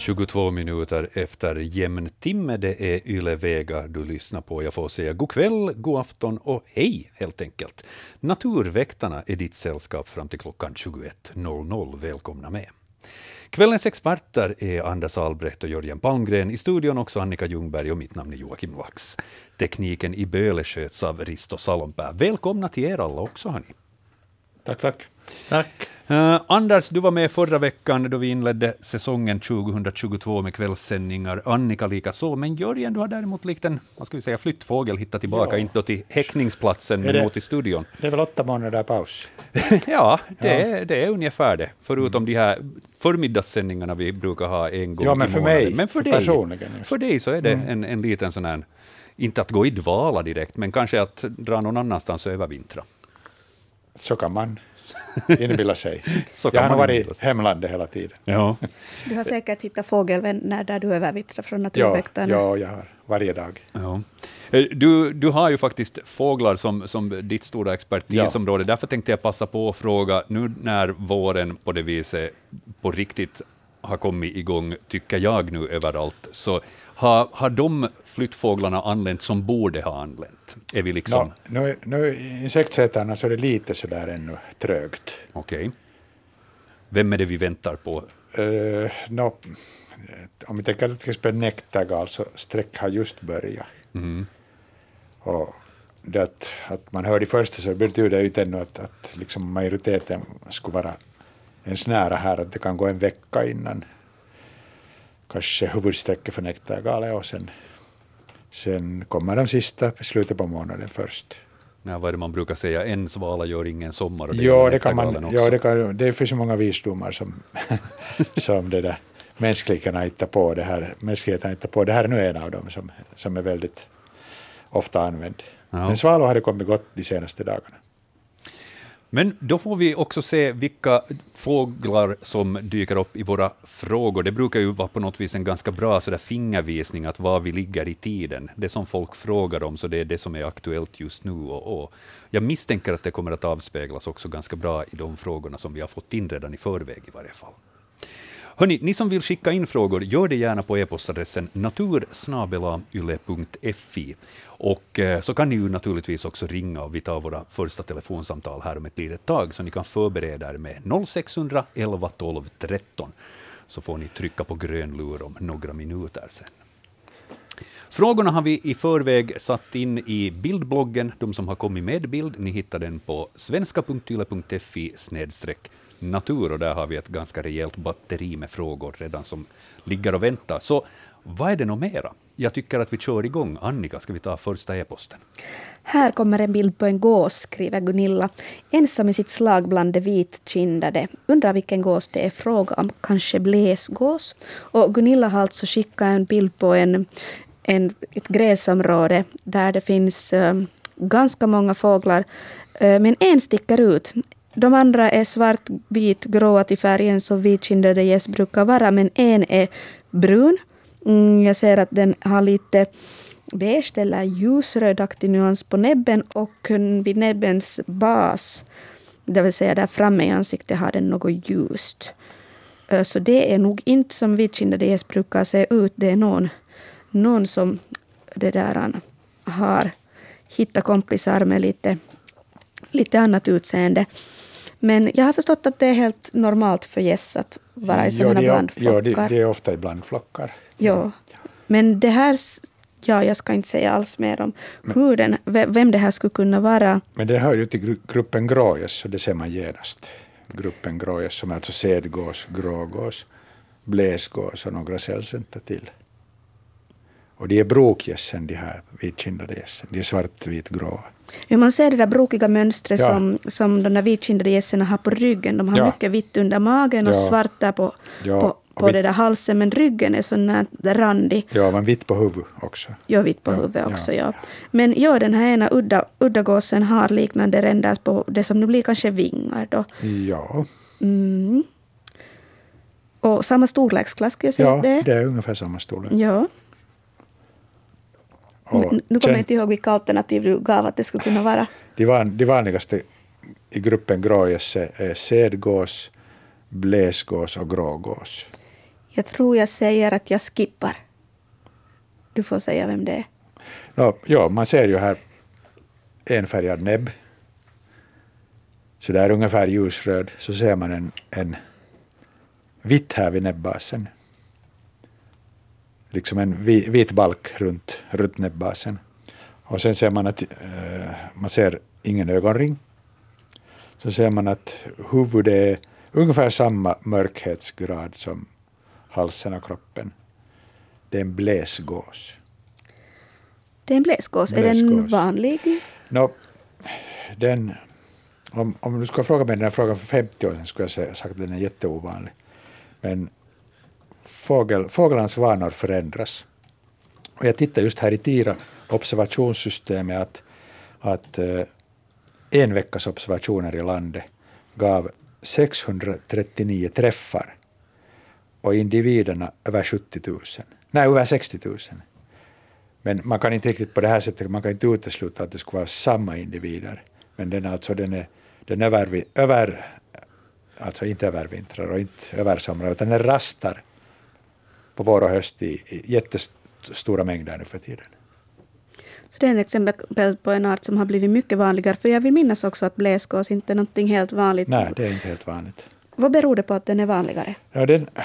22 minuter efter jämn timme, det är Yle Vega du lyssnar på. Jag får säga god kväll, god afton och hej helt enkelt. Naturväktarna är ditt sällskap fram till klockan 21.00. Välkomna med. Kvällens experter är Anders Albrecht och Jörgen Palmgren. I studion också Annika Ljungberg och mitt namn är Joakim Vax. Tekniken i Böle sköts av Risto Salonpää. Välkomna till er alla också, hörni. Tack. Anders, du var med förra veckan då vi inledde säsongen 2022 med kvällssändningar. Annika lika så, men Jörgen, du har däremot likt en, vad ska vi säga, flyttfågel hittat tillbaka, inte då till häckningsplatsen men mot i studion. Det är väl 8 månader paus? Ja, det är ungefär det. Förutom de här förmiddagssändningarna vi brukar ha en gång i månaden. För mig, men för dig så är det en liten sån här, inte att gå i dvala direkt, men kanske att dra någon annanstans och övervintra. Så kan man inbilla sig. Jag har varit i hemlandet hela tiden. Ja. Du har säkert hittat fågelvänner där du övervittrar från naturväktarna. Ja, jag har varje dag. Ja. Du har ju faktiskt fåglar som ditt stora expertisområde. Därför tänkte jag passa på att fråga, nu när våren på det viset på riktigt har kommit igång, tycker jag nu överallt, så har de flyttfåglarna anlänt som borde ha anlänt? Är vi liksom... Nu insektsätarna så är det lite sådär ännu trögt. Okej. Vem är det vi väntar på? Om vi tänker till exempel nektargal så sträck har just börjat. Mm. Och det att man hör det första så betyder det ju ännu att liksom majoriteten skulle vara ens nära här, att det kan gå en vecka innan kanske huvudsträcket för nektargalet och sen kommer de sista slutet på månaden först. Ja, vad är det man brukar säga? En svala gör ingen sommar. Och det finns så många visdomar som det där mänskligheten hittar på det här. Mänskligheten hittar på det här är nu en av dem som är väldigt ofta använd. Ja. Men svalor har det kommit gott de senaste dagarna. Men då får vi också se vilka fåglar som dyker upp i våra frågor. Det brukar ju vara på något vis en ganska bra så där fingervisning att var vi ligger i tiden. Det som folk frågar om, så det är det som är aktuellt just nu. Och jag misstänker att det kommer att avspeglas också ganska bra i de frågorna som vi har fått in redan i förväg i varje fall. Hörrni, ni som vill skicka in frågor, gör det gärna på e-postadressen natur@yle.fi. Och så kan ni ju naturligtvis också ringa och vi tar våra första telefonsamtal här om ett litet tag, så ni kan förbereda er med 0600 11 12 13. Så får ni trycka på grön lur om några minuter sen. Frågorna har vi i förväg satt in i bildbloggen. De som har kommit med bild, ni hittar den på svenska.yle.fi/natur, och där har vi ett ganska rejält batteri med frågor redan som ligger och väntar. Så vad är det nog mera? Jag tycker att vi kör igång. Annika, ska vi ta första e-posten? Här kommer en bild på en gås, skriver Gunilla. Ensam i sitt slag bland de vitkindade. Undrar vilken gås det är fråga om. Kanske bläsgås. Och Gunilla har alltså skickat en bild på ett gräsområde där det finns ganska många fåglar. Men en sticker ut. De andra är svart, vit, gråa till färgen som vitkindade gäss brukar vara. Men en är brun. Jag ser att den har lite beige eller ljusrödaktig nyans på näbben, och vid näbbens bas, det vill säga där framme i ansiktet, har den något ljust. Så det är nog inte som vitkindade gäss brukar se ut. Det är någon som det där har hittat kompisar med lite annat utseende. Men jag har förstått att det är helt normalt för gäss att vara i sådana blandflockar. Ja, det är ofta i blandflockar. Ja, men det här, jag ska inte säga alls mer om vem det här skulle kunna vara. Men det hör ju till gruppen grågäss, så det ser man genast. Gruppen grågäss som är alltså sädgås, grågås, bläsgås och några sällsynta till. Och de är brokgässen, de här vitkindade gässen. De är svartvit-gråa. Ja, man ser det där brokiga mönstret som de där vitkindade gässerna har på ryggen. De har mycket vitt under magen och svart där på det där halsen, men ryggen är sån där randig. Ja, men vitt på huvudet också. Ja, vitt på huvudet också, ja. Men den här ena udda gåsen har liknande ränder på det som nu blir kanske vingar då. Ja. Mm. Och samma storleksklass skulle jag säga det. Ja, det är ungefär samma storlek. Ja. Nu kommer jag inte ihåg vilka alternativ du gav att det skulle kunna vara. De vanligaste i gruppen grågäss är sädgås, bläsgås och grågås. Jag tror jag säger att jag skippar. Du får säga vem det är. Ja, man ser ju här enfärgad näbb. Så där ungefär ljusröd. Så ser man en vitt här vid näbbbasen. Liksom en vit balk runt näbbbasen. Och sen ser man att man ser ingen ögonring. Så ser man att huvudet är ungefär samma mörkhetsgrad som halsen och kroppen. Det är en bläsgås. Det är en bläsgås. Är den vanlig? Om du skulle fråga mig den här frågan för 50 år sedan skulle jag sagt att den är jätteovanlig. Men fåglarnas vanor förändras. Och jag tittar just här i TIRA observationssystemet att en veckas observationer i landet gav 639 träffar och individerna över 60 000. Men man kan inte riktigt på det här sättet, man kan inte utesluta att det skulle vara samma individer. Men den alltså inte övervintrar och inte översomrar, utan den rastar på vår och höst i jättestora mängder nu för tiden. Så det är ett exempel på en art som har blivit mycket vanligare. För jag vill minnas också att bläsgås inte är någonting helt vanligt. Nej, det är inte helt vanligt. Vad beror det på att den är vanligare? Ja,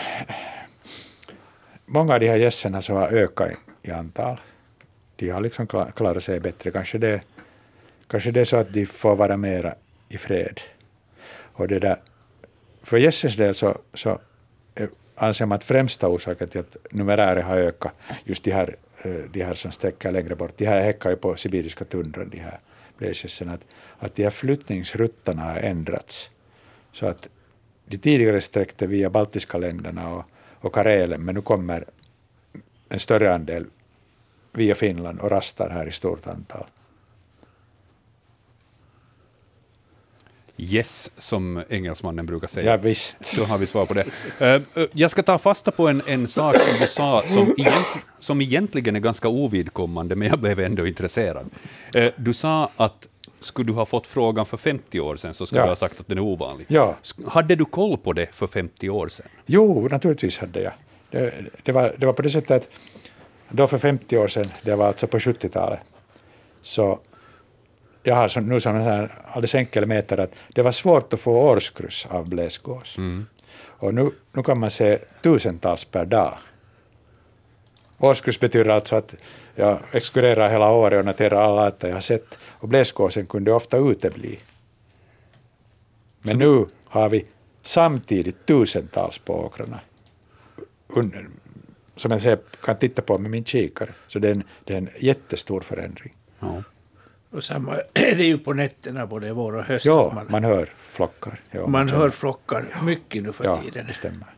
många av de här gässerna så har ökat i antal. De har liksom klarat sig bättre. Kanske det är så att de får vara mera i fred. Och för gässens del så anser man att främsta orsaken till att numerären har ökat, just de här som sträcker längre bort, de här häckar ju på sibiriska tundran, de här bläsgässerna, att de här flyttningsrutterna har ändrats. Så att de tidigare sträckte via baltiska länderna och Karelen, men nu kommer en större andel via Finland och rastar här i stort antal. Yes, som engelsmannen brukar säga. Ja, visst. Då har vi svar på det. Jag ska ta fasta på en sak som du sa som egentligen är ganska ovidkommande, men jag blev ändå intresserad. Du sa att skulle du ha fått frågan för 50 år sedan så skulle du ha sagt att den är ovanlig. Ja. Hade du koll på det för 50 år sedan? Jo, naturligtvis hade jag. Det var på det sättet att då för 50 år sedan, det var alltså på 70-talet, så jag har nu sån här alldeles enkel mätare att det var svårt att få årskryss av bläsgås. Mm. Och nu kan man se tusentals per dag. Årskryss betyder alltså att jag exkurrerar hela året och noterar alla arter jag har sett. Och bläsgåsen kunde ofta utebli. Men nu har vi samtidigt tusentals på åkrarna. Som jag kan titta på med min kikare. Så det är en jättestor förändring. Ja. Och samma är det ju på nätterna både vår och höst. Ja, man hör flockar. Ja, man hör flockar mycket nu för tiden. Ja, det stämmer.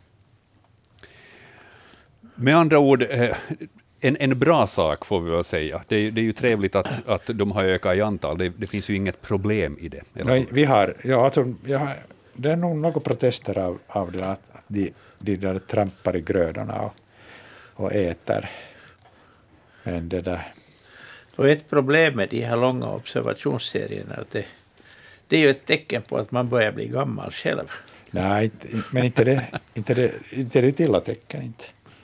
Med andra ord, en bra sak får vi väl säga. Det är ju trevligt att de har ökat i antal. Det finns ju inget problem i det. Nej, det är nog några protester av det att de där trampar i grödorna och äter. Men det där... Och ett problem med de här långa observationsserierna är att det är ju ett tecken på att man börjar bli gammal själv. Nej, men inte det är ett illa tecken inte.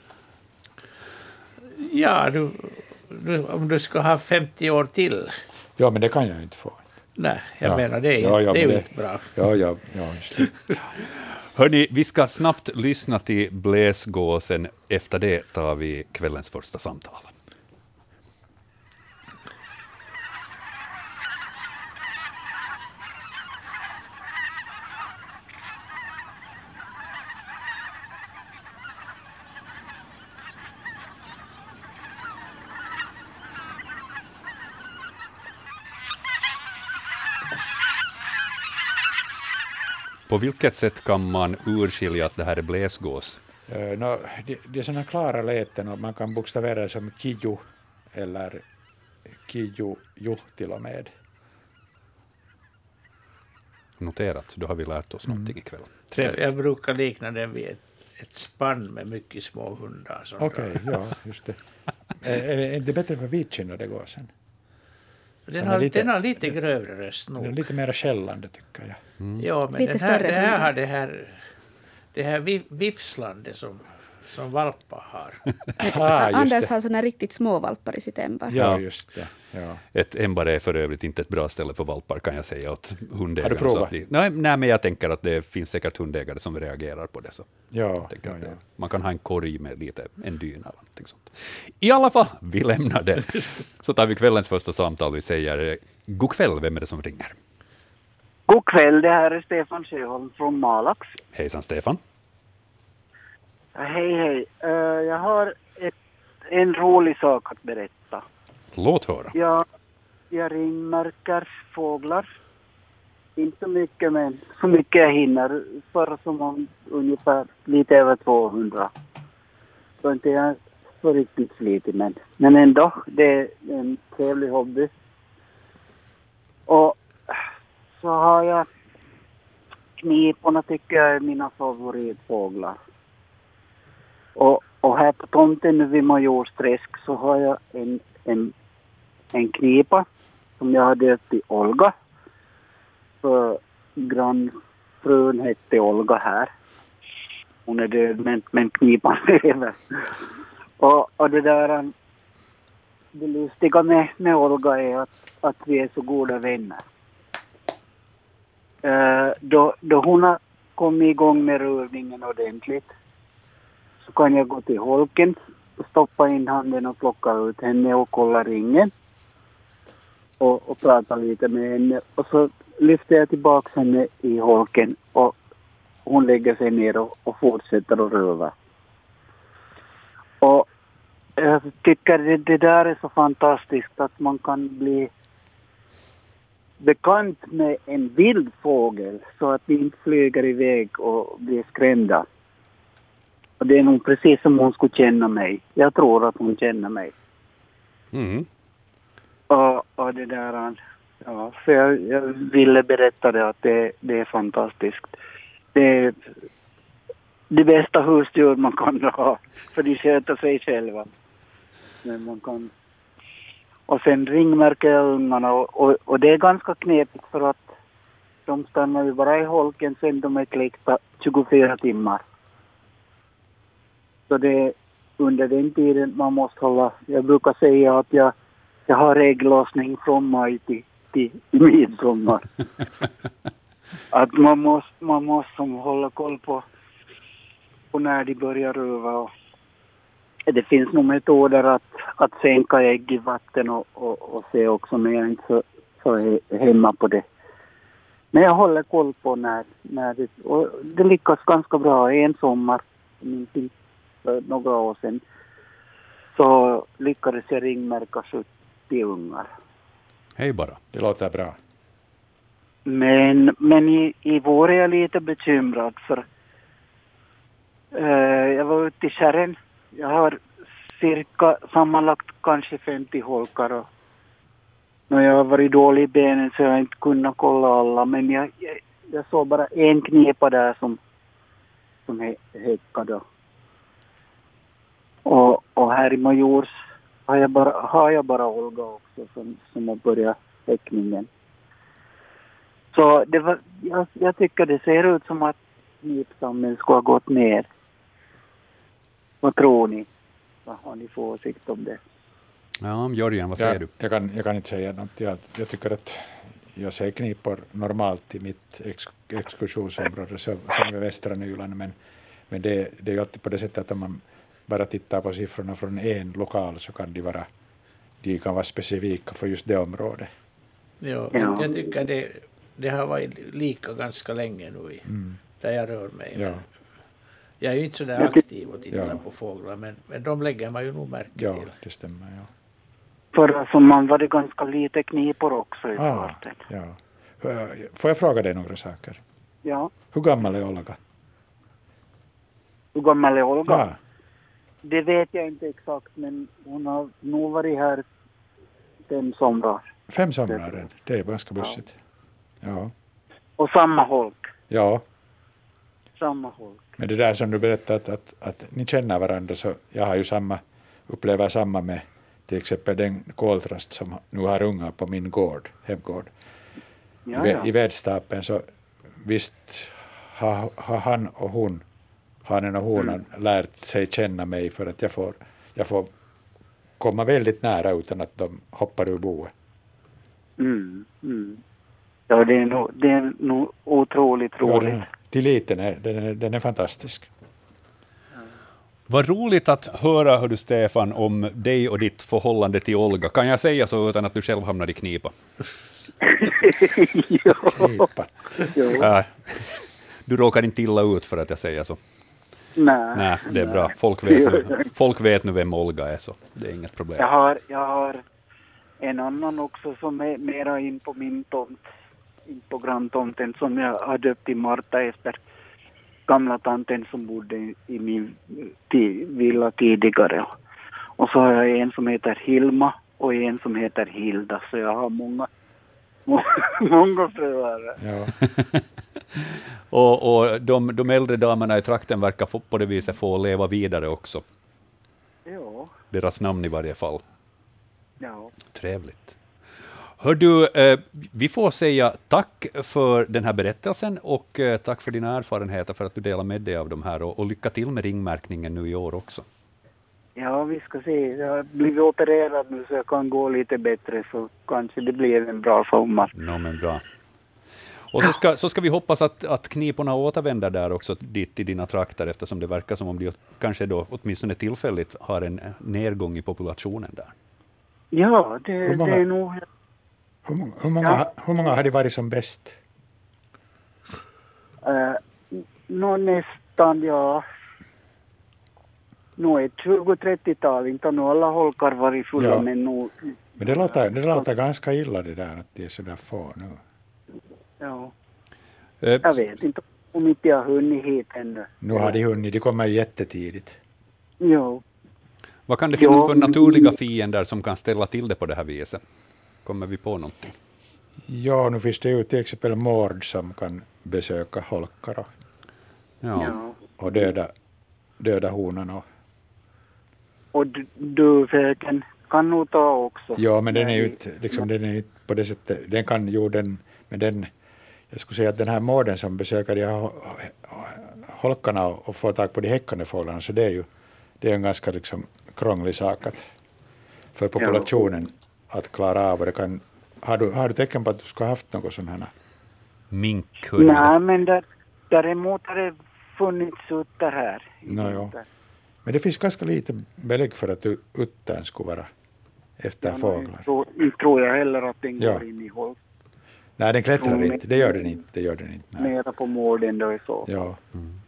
Ja, om du ska ha 50 år till. Ja, men det kan jag inte få. Nej, jag menar det är ju inte bra. Ja, just det. Hörni, vi ska snabbt lyssna till bläsgåsen. Efter det tar vi kvällens första samtal. På vilket sätt kan man urskilja att det här är bläsgås? Det är sådana klara läten och man kan bokstavera det som kiju eller kiju till och med. Noterat, då har vi lärt oss någonting ikväll. Jag brukar likna den vid ett spann med mycket små hundar. Okej, ja, just det. Är det bättre för vitkinnade gåsen? Den har lite grövre röst nog. Den är lite mer skällande tycker jag. Ja, men lite det här vifslande som som valpar har. Just Anders det. har såna riktigt små valpar i sitt ämbar. Ja, just det. Ja. Ett ämbar är för övrigt inte ett bra ställe för valpar, kan jag säga åt hundägare. Har du provat? Nej, men jag tänker att det finns säkert hundägare som reagerar på det. Så Ja, jag tänker ja, att ja. man kan ha en korg med en dyna eller någonting sånt. I alla fall, vi lämnar det. Så tar vi kvällens första samtal. Vi säger god kväll, vem är det som ringer? God kväll, det här är Stefan Sjöholm från Malax. Hejsan Stefan. Hej, hej. Jag har en rolig sak att berätta. Låt höra. Jag ringmärker fåglar. Inte så mycket, men så mycket jag hinner. För som om ungefär lite över 200. Så inte jag är så riktigt flitig, men ändå. Det är en trevlig hobby. Och så har jag kniporna, tycker jag är mina favoritfåglar. Och här på tomten nu vid Majorsträsk så har jag en knipa som jag har döpt i Olga. För grannfrun hette Olga här. Hon är död, men knipan lever. Och det där, det lustiga med Olga är att vi är så goda vänner. Då hon har kommit igång med rövningen ordentligt så kan jag gå till holken och stoppa in handen och plocka ut henne och kolla ringen och prata lite med henne. Och så lyfter jag tillbaka henne i holken och hon lägger sig ner och fortsätter att röva. Och jag tycker det där är så fantastiskt att man kan bli bekant med en vild fågel så att vi inte flyger iväg och blir skrämda. Och det är nog precis som hon skulle känna mig. Jag tror att hon känner mig. Mm. Och det där, ja, för jag ville berätta det att det är fantastiskt. Det är det bästa husdjur man kan ha, för de sköter sig själva. Men man kan. Och sen ringmärker jag ungarna och det är ganska knepigt för att de stannar ju bara i holken sen de är kläckta 24 timmar. Så det är under den tiden man måste hålla. Jag brukar säga att jag har ägglossning från maj till midsommar. Att man måste hålla koll på när de börjar röva. Och det finns nog metoder att sänka ägg i vatten och se också, men jag är inte så hemma på det. Men jag håller koll på när det, och det lyckas ganska bra. En sommar, för några år sedan, så lyckades jag ringmärka 70 ungar. Hej bara. Det låter bra. Men i vår är jag lite bekymrad för jag var ute i Kärren. Jag har cirka sammanlagt kanske 50 holkar och när jag har varit dålig i benen så jag har inte kunnat kolla alla, men jag såg bara en knipa där som häckade. Och här i Majors har jag bara Olga också som har börjat häckningen. Så det var, jag tycker det ser ut som att knipstammen ska ha gått ner. Vad tror ni? Vad har ni för åsikt om det? Ja, Jörgen, vad säger du? Jag kan inte säga något. Jag tycker att jag ser knipor normalt i mitt exkursionsområde som är västra Nyland, men det är ju alltid på det sättet att om man bara tittar på siffrorna från en lokal så kan de kan vara specifika för just det området. Ja. Jag tycker det har varit lika ganska länge nu där jag rör mig. Ja. Jag är ju inte så där aktiv och tittar på fåglar, men de lägger man ju nog märke till. Ja, det stämmer, ja. För som man var det ganska lite knipor också i kvarten. Ja. Får jag fråga dig några saker? Ja. Hur gammal är Olga? Hur gammal är Olga? Ja. Det vet jag inte exakt, men hon har nog varit här 5 somrar. 5 somrar, det är ganska bussigt. Ja. Och samma holk. Ja. Samma holk. Men det där som du berättade att ni känner varandra, så jag har ju upplever samma med till exempel den koltrast som nu har ungar på min hemgård. I Vedstapen, så visst har han och hon hanen och honan lärt sig känna mig för att jag får komma väldigt nära utan att de hoppar ur boet. Ja, det är nog otroligt roligt. Tilliten den är fantastisk. Vad roligt att höra, hör du Stefan, om dig och ditt förhållande till Olga. Kan jag säga så utan att du själv hamnar i knipa? Knipa. Du råkar inte illa ut för att jag säger så. Nej, det är bra. Folk vet nu vem Olga är, så det är inget problem. Jag har en annan också som är mera in på min tomt, in på granntomten, som jag har döpt till Marta efter gamla tanten som bodde i min villa tidigare. Och så har jag en som heter Hilma och en som heter Hilda, så jag har många fruar. Ja. och de äldre damerna i trakten verkar på det viset få leva vidare också. Ja. Deras namn i varje fall. Ja. Trevligt. Hör du, vi får säga tack för den här berättelsen och tack för dina erfarenheter, för att du delar med dig av de här, och lycka till med ringmärkningen nu i år också. Ja, vi ska se. Jag har blivit opererad nu så jag kan gå lite bättre, så kanske det blir en bra sommar. Men bra. Och så ska vi hoppas att kniporna återvänder där också dit till dina trakter, eftersom det verkar som om de kanske då åtminstone tillfälligt har en nedgång i populationen där. Ja, det är nog... Hur många har det varit som bäst? Nästan, ja. Nu är 20-30-tal, inte har alla holkar varit fulla, Ja. men nu... Men det låter ganska illa det där, att det är så där få nu. Ja. Jag vet inte om inte jag har hunnit hit ännu. Nu har de hunnit, de kommer jättetidigt. Jo. Vad kan det finnas för naturliga fiender som kan ställa till det på det här viset? Kommer vi på någonting? Ja, nu finns det ju till exempel mård som kan besöka holkar och döda honan. Och duvföken kan nog ta också. Ja, men den är ju liksom, den är ju på det sättet, den kan ju den, men den, jag skulle säga att den här mården som besöker de här holkarna och får tag på de häckande fåglarna, så det är en ganska liksom krånglig sak för populationen att klara av. Och det kan, har du tecken på att du ska ha haft något sån här? Minkhund? Nej, men däremot har det funnits utter här. Men det finns ganska lite belägg för att uttern skulle vara efter fåglar. Inte tror jag heller att den går in i hål. Nej, den klättrar inte. Det gör den inte. Nej. Mera på mården då i så. Ja.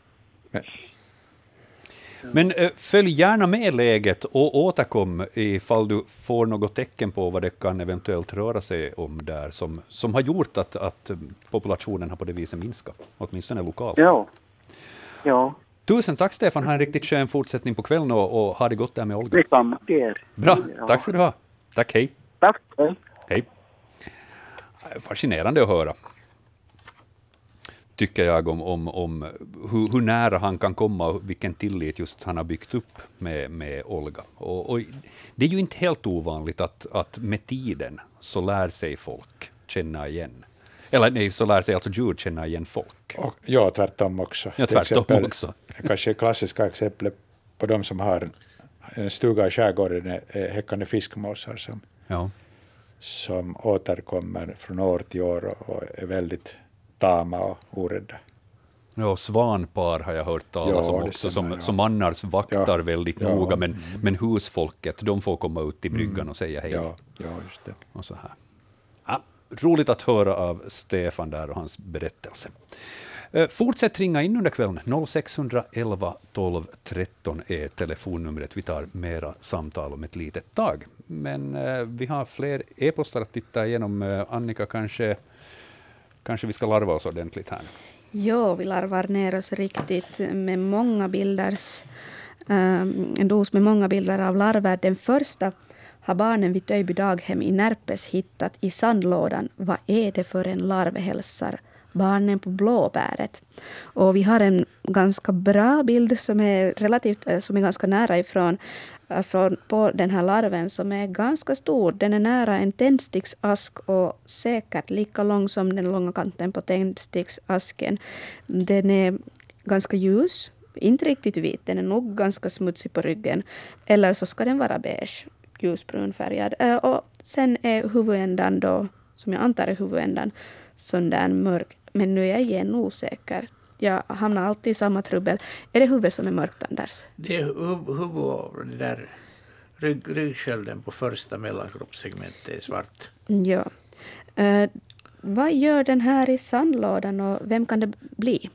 Men följ gärna med läget och återkom ifall du får något tecken på vad det kan eventuellt röra sig om där som har gjort att populationen har på det viset minskat, åtminstone lokalt. Ja. Tusen tack Stefan, ha en riktigt skön fortsättning på kvällen och ha det gott där med Olga. Detsamma till er. Bra, tack ska du ha. Tack, hej. Tack. Hej. Fascinerande att höra, tycker jag, om hur nära han kan komma och vilken tillit just han har byggt upp med Olga. Och det är ju inte helt ovanligt att med tiden så lär sig folk känna igen. Eller nej, så lär sig alltså djur känna igen folk. Ja, tvärtom också. Ja, tvärtom också. Kanske klassiska exempel på de som har en stuga i skärgården är häckande fiskmåsar som återkommer från år till år och är väldigt tama och orädda. Ja, svanpar har jag hört talas om också, som annars vaktar väldigt noga, men husfolket, de får komma ut till bryggan och säga hej. Ja, just det. Och så här. Ja, roligt att höra av Stefan där och hans berättelse. Fortsätt ringa in under kvällen. 0611 12 13 är telefonnumret. Vi tar mera samtal om ett litet tag. Men vi har fler e-postar att titta igenom. Annika, kanske vi ska larva oss ordentligt här. Ja, vi larvar ner oss riktigt med många en dos med många bilder av larver. Den första har barnen vid Töjby daghem i Närpes hittat i sandlådan. Vad är det för en larv, hälsar barnen på blåbäret. Och vi har en ganska bra bild som är ganska nära ifrån på den här larven, som är ganska stor. Den är nära en tändsticksask och säkert lika lång som den långa kanten på tändsticksasken. Den är ganska ljus inte riktigt vit, den är nog ganska smutsig på ryggen. Eller så ska den vara beige, ljusbrun färgad. Och sen är huvudändan då, som jag antar är huvudändan, sån där mörk. Men nu är jag igen osäker. Jag hamnar alltid i samma trubbel. Är det huvudet som är mörkt, Anders? Det är huvud och det där ryggskölden på första mellankroppssegmentet är svart. Ja. Vad gör den här i sandlådan och vem kan det bli?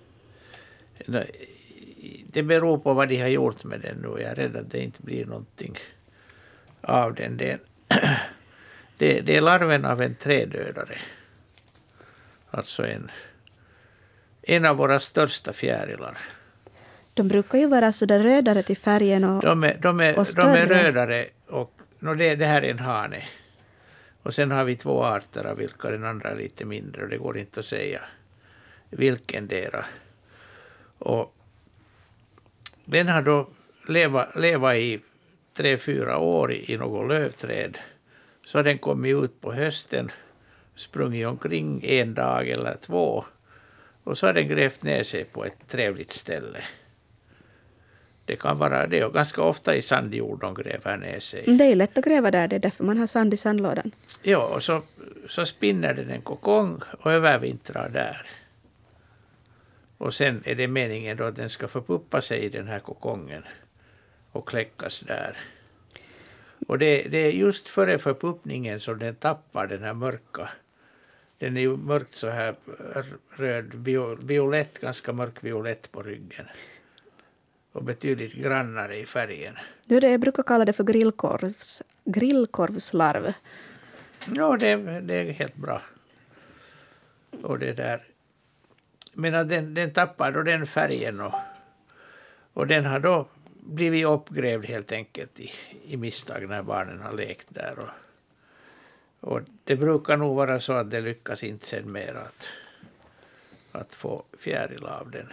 Det beror på vad de har gjort med den nu. Jag är rädd att det inte blir någonting av den. Det är larven av en trädödare. Alltså en av våra största fjärilar. De brukar ju vara så där rödare till färgen och större. De är rödare och det här är en hane. Och sen har vi 2 arter av vilka den andra är lite mindre och det går inte att säga vilken dera. Och den har då levat i 3-4 år i något lövträd. Så har den kommit ut på hösten, sprungit omkring 1 dag eller 2. Och så har den grävt ner sig på ett trevligt ställe. Det kan vara det och ganska ofta i sandjord de gräver ner sig. Det är lätt att gräva där, det är därför man har sand i sandlådan. Ja, och så spinner den en kokong och övervintrar där. Och sen är det meningen då att den ska förpuppa sig i den här kokongen och kläckas där. Och det är just före förpuppningen som den tappar den här mörka. Den är ju mörkt så här röd, violett, ganska mörk violett på ryggen. Och betydligt grannare i färgen. Jag brukar kalla det för grillkorvslarv. Ja, det är helt bra. Och det där. Men den tappar då den färgen och den har då blivit uppgrävd helt enkelt i misstag när barnen har lekt där. Och det brukar nog vara så att det lyckas inte sen mer att få fjäril av den.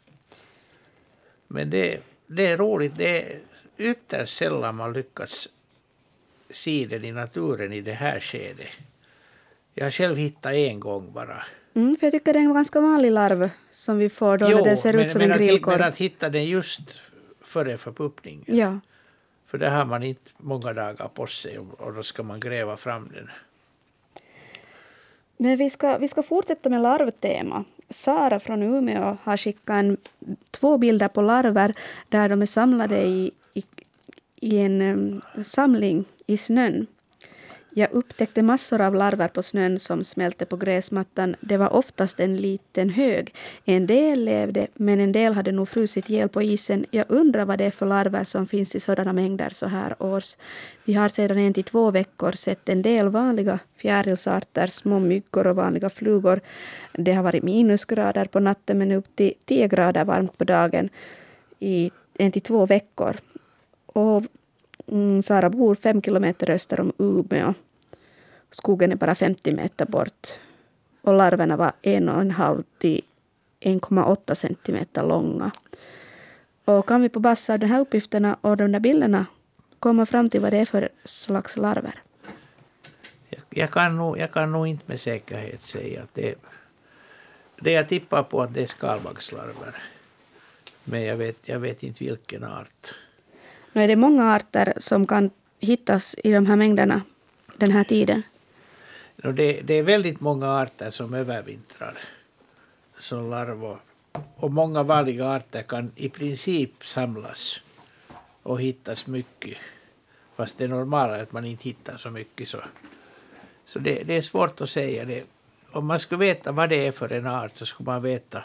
Men det är roligt. Det är ytterst sällan man lyckas se den i naturen i det här skedet. Jag har själv hittat en gång bara. För jag tycker det är en ganska vanlig larv som vi får då när den ser ut som en grillkorv. Men att hitta den just före förpuppningen. Ja. För där har man inte många dagar på sig och då ska man gräva fram den. Men vi ska fortsätta med larvtema. Sara från Umeå har skickat 2 bilder på larver där de är samlade i en samling i snön. Jag upptäckte massor av larver på snön som smälte på gräsmattan. Det var oftast en liten hög. En del levde, men en del hade nog frusit ihjäl på isen. Jag undrar vad det är för larver som finns i sådana mängder så här års. Vi har sedan 1 till 2 veckor sett en del vanliga fjärilsarter, små myggor och vanliga flugor. Det har varit minusgrader på natten men upp till 10 grader varmt på dagen i 1 till 2 veckor. Och Sara bor 5 kilometer öster om Umeå. Skogen är bara 50 meter bort. Och larverna var 1,5 till 1,8 centimeter långa. Och kan vi på basis av de här uppgifterna och de där bilderna komma fram till vad det är för slags larver? Jag kan nog inte med säkerhet säga att det jag tippar på att det är skalbaggslarver. Men jag vet inte vilken art. Nu är det många arter som kan hittas i de här mängderna den här tiden. Det är väldigt många arter som övervintrar som larver. Och många vanliga arter kan i princip samlas och hittas mycket. Fast det normala är att man inte hittar så mycket. Så det är svårt att säga det. Om man skulle veta vad det är för en art så skulle man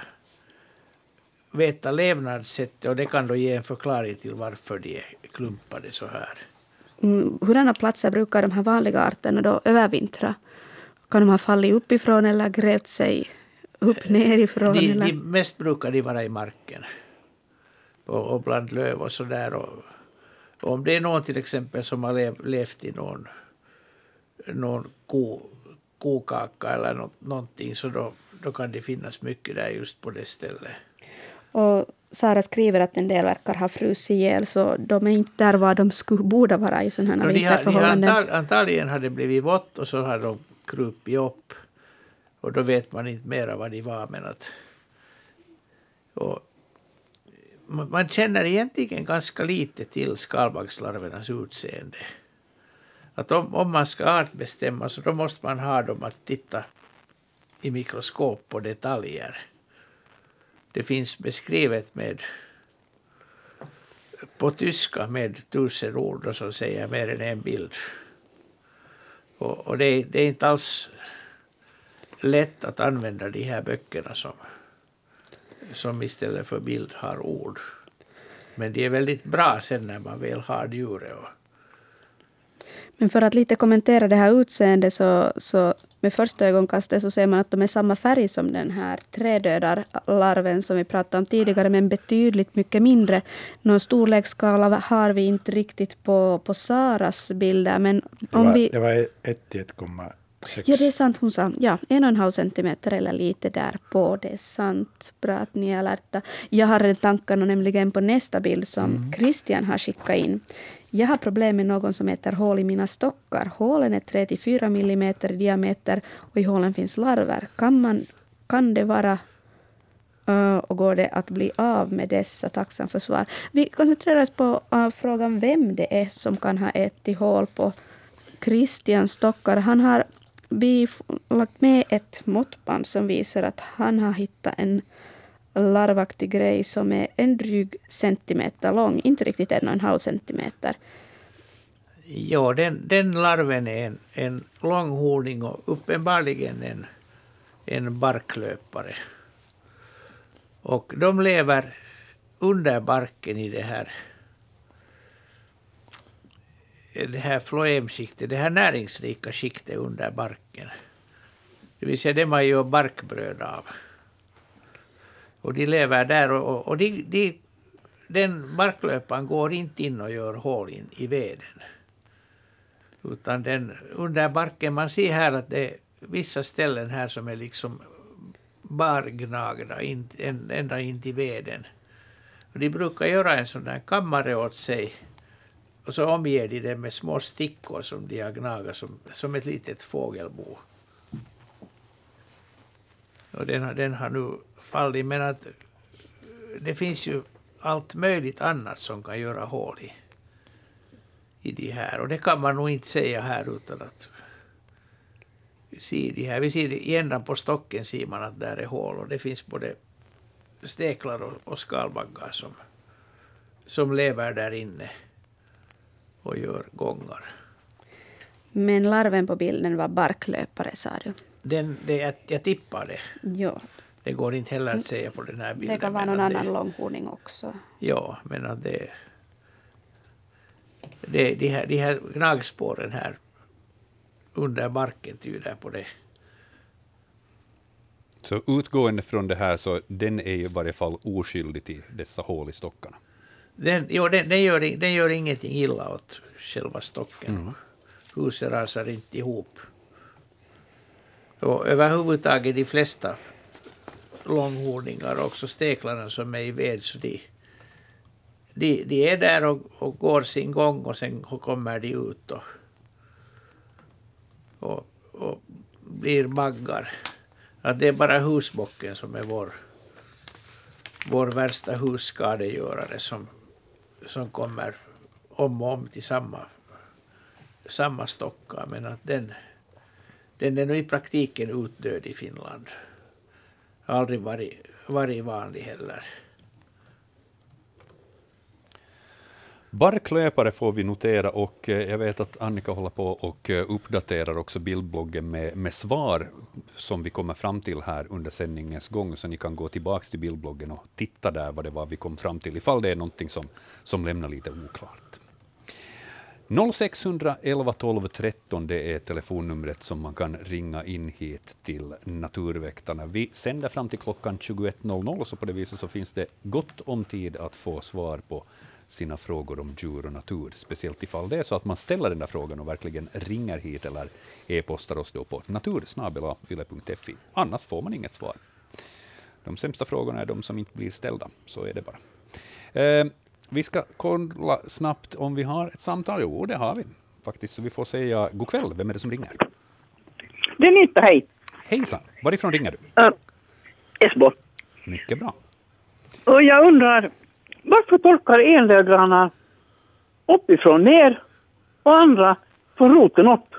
veta levnadssättet och det kan då ge en förklaring till varför de är klumpade så här. Hurdana platser brukar de här vanliga arterna då övervintra? Kan de ha fallit uppifrån eller grävt sig upp nerifrån? De mest brukar de vara i marken och bland löv och sådär. Och om det är någon till exempel som har levt i någon kokaka eller någonting så då kan det finnas mycket där just på det stället. Och Sara skriver att en del verkar ha frusit ihjäl så de är inte där var de borde vara i sådana här vinterförhållanden. Antagligen har det blivit vått och så har de krupit upp och då vet man inte mera vad de var. man känner egentligen ganska lite till skalbaggslarvernas utseende. Att om man ska artbestämma så då måste man ha dem att titta i mikroskop på detaljer. Det finns beskrivet på tyska med 1000 ord och så säger mer än en bild. Och det är inte alls lätt att använda de här böckerna som istället för bild har ord. Men det är väldigt bra sen när man väl har djuret. Men för att lite kommentera det här utseendet så med första ögonkastet så ser man att de är samma färg som den här trädödarlarven som vi pratade om tidigare, men betydligt mycket mindre. Någon storleksskala har vi inte riktigt på Saras bilder. Men det var 1 till 1,6. Ja, det är sant, hon sa. Ja, 1,5 centimeter eller lite där på. Det är sant. Bra att ni är alerta. Jag har tankarna nämligen på nästa bild som Christian har skickat in. Jag har problem med någon som heter hål i mina stockar. Hålen är 3-4 millimeter i diameter och i hålen finns larver. Kan det vara och går det att bli av med dessa? Tacksam för svar. Vi koncentrerar oss på frågan vem det är som kan ha ätit hål på Christians stockar. Han har lagt med ett måttband som visar att han har hittat en larvaktig grej som är en dryg centimeter lång. Inte riktigt 1,5 centimeter. Ja, den larven är en långhorning och uppenbarligen en barklöpare. Och de lever under barken i det här floemskiktet, det här näringsrika skiktet under barken. Det vill säga det man gör barkbröd av. Och de lever där och den barklöparen går inte in och gör hål in i veden. Utan under barken, man ser här att det är vissa ställen här som är liksom bargnagda ända in till veden. Och de brukar göra en sån där kammare åt sig och så omger de det med små stickor som de har gnagat som ett litet fågelbo. Och den har nu fallit, men att det finns ju allt möjligt annat som kan göra hål i de här. Och det kan man nog inte säga här utan att se de här. Vi ser i ändan på stocken ser man att där är hål och det finns både steklar och skalbaggar som lever där inne och gör gångar. Men larven på bilden var barklöpare, sa du? Jag tippar det. Ja. Det går inte heller att säga på den här bilden. Det kan vara någon annan långhorning också. Ja, men att de här gnagspåren här under barken tyder på det. Så utgående från det här så den är i varje fall oskyldig till dessa hål i stockarna. Den gör ingenting illa åt själva stocken. Huset rasar inte ihop. Och överhuvudtaget de flesta långhorningar, också steklarna som är i ved, så de är där och går sin gång och sen kommer de ut och blir baggar. Att det är bara husbocken som är vår värsta husskadegörare som kommer om och om till samma stockar, men att den är nu i praktiken utdöd i Finland. Har aldrig varit vanlig heller. Barklöpare får vi notera och jag vet att Annika håller på och uppdaterar också bildbloggen med svar som vi kommer fram till här under sändningens gång, så ni kan gå tillbaka till bildbloggen och titta där vad det var vi kom fram till ifall det är någonting som lämnar lite oklart. 0611 12 13, det är telefonnumret som man kan ringa in hit till Naturväktarna. Vi sänder fram till klockan 21.00 så på det viset så finns det gott om tid att få svar på sina frågor om djur och natur. Speciellt ifall det är så att man ställer den där frågan och verkligen ringer hit eller e-postar oss då på natur@yle.fi. Annars får man inget svar. De sämsta frågorna är de som inte blir ställda. Så är det bara. Vi ska kolla snabbt om vi har ett samtal. Jo, det har vi faktiskt. Så vi får säga god kväll. Vem är det som ringer? Det är Nytta, hej. Hejsan. Varifrån ringer du? Esbo. Mycket bra. Och jag undrar, Varför torkar enlödrarna uppifrån ner och andra från roten upp?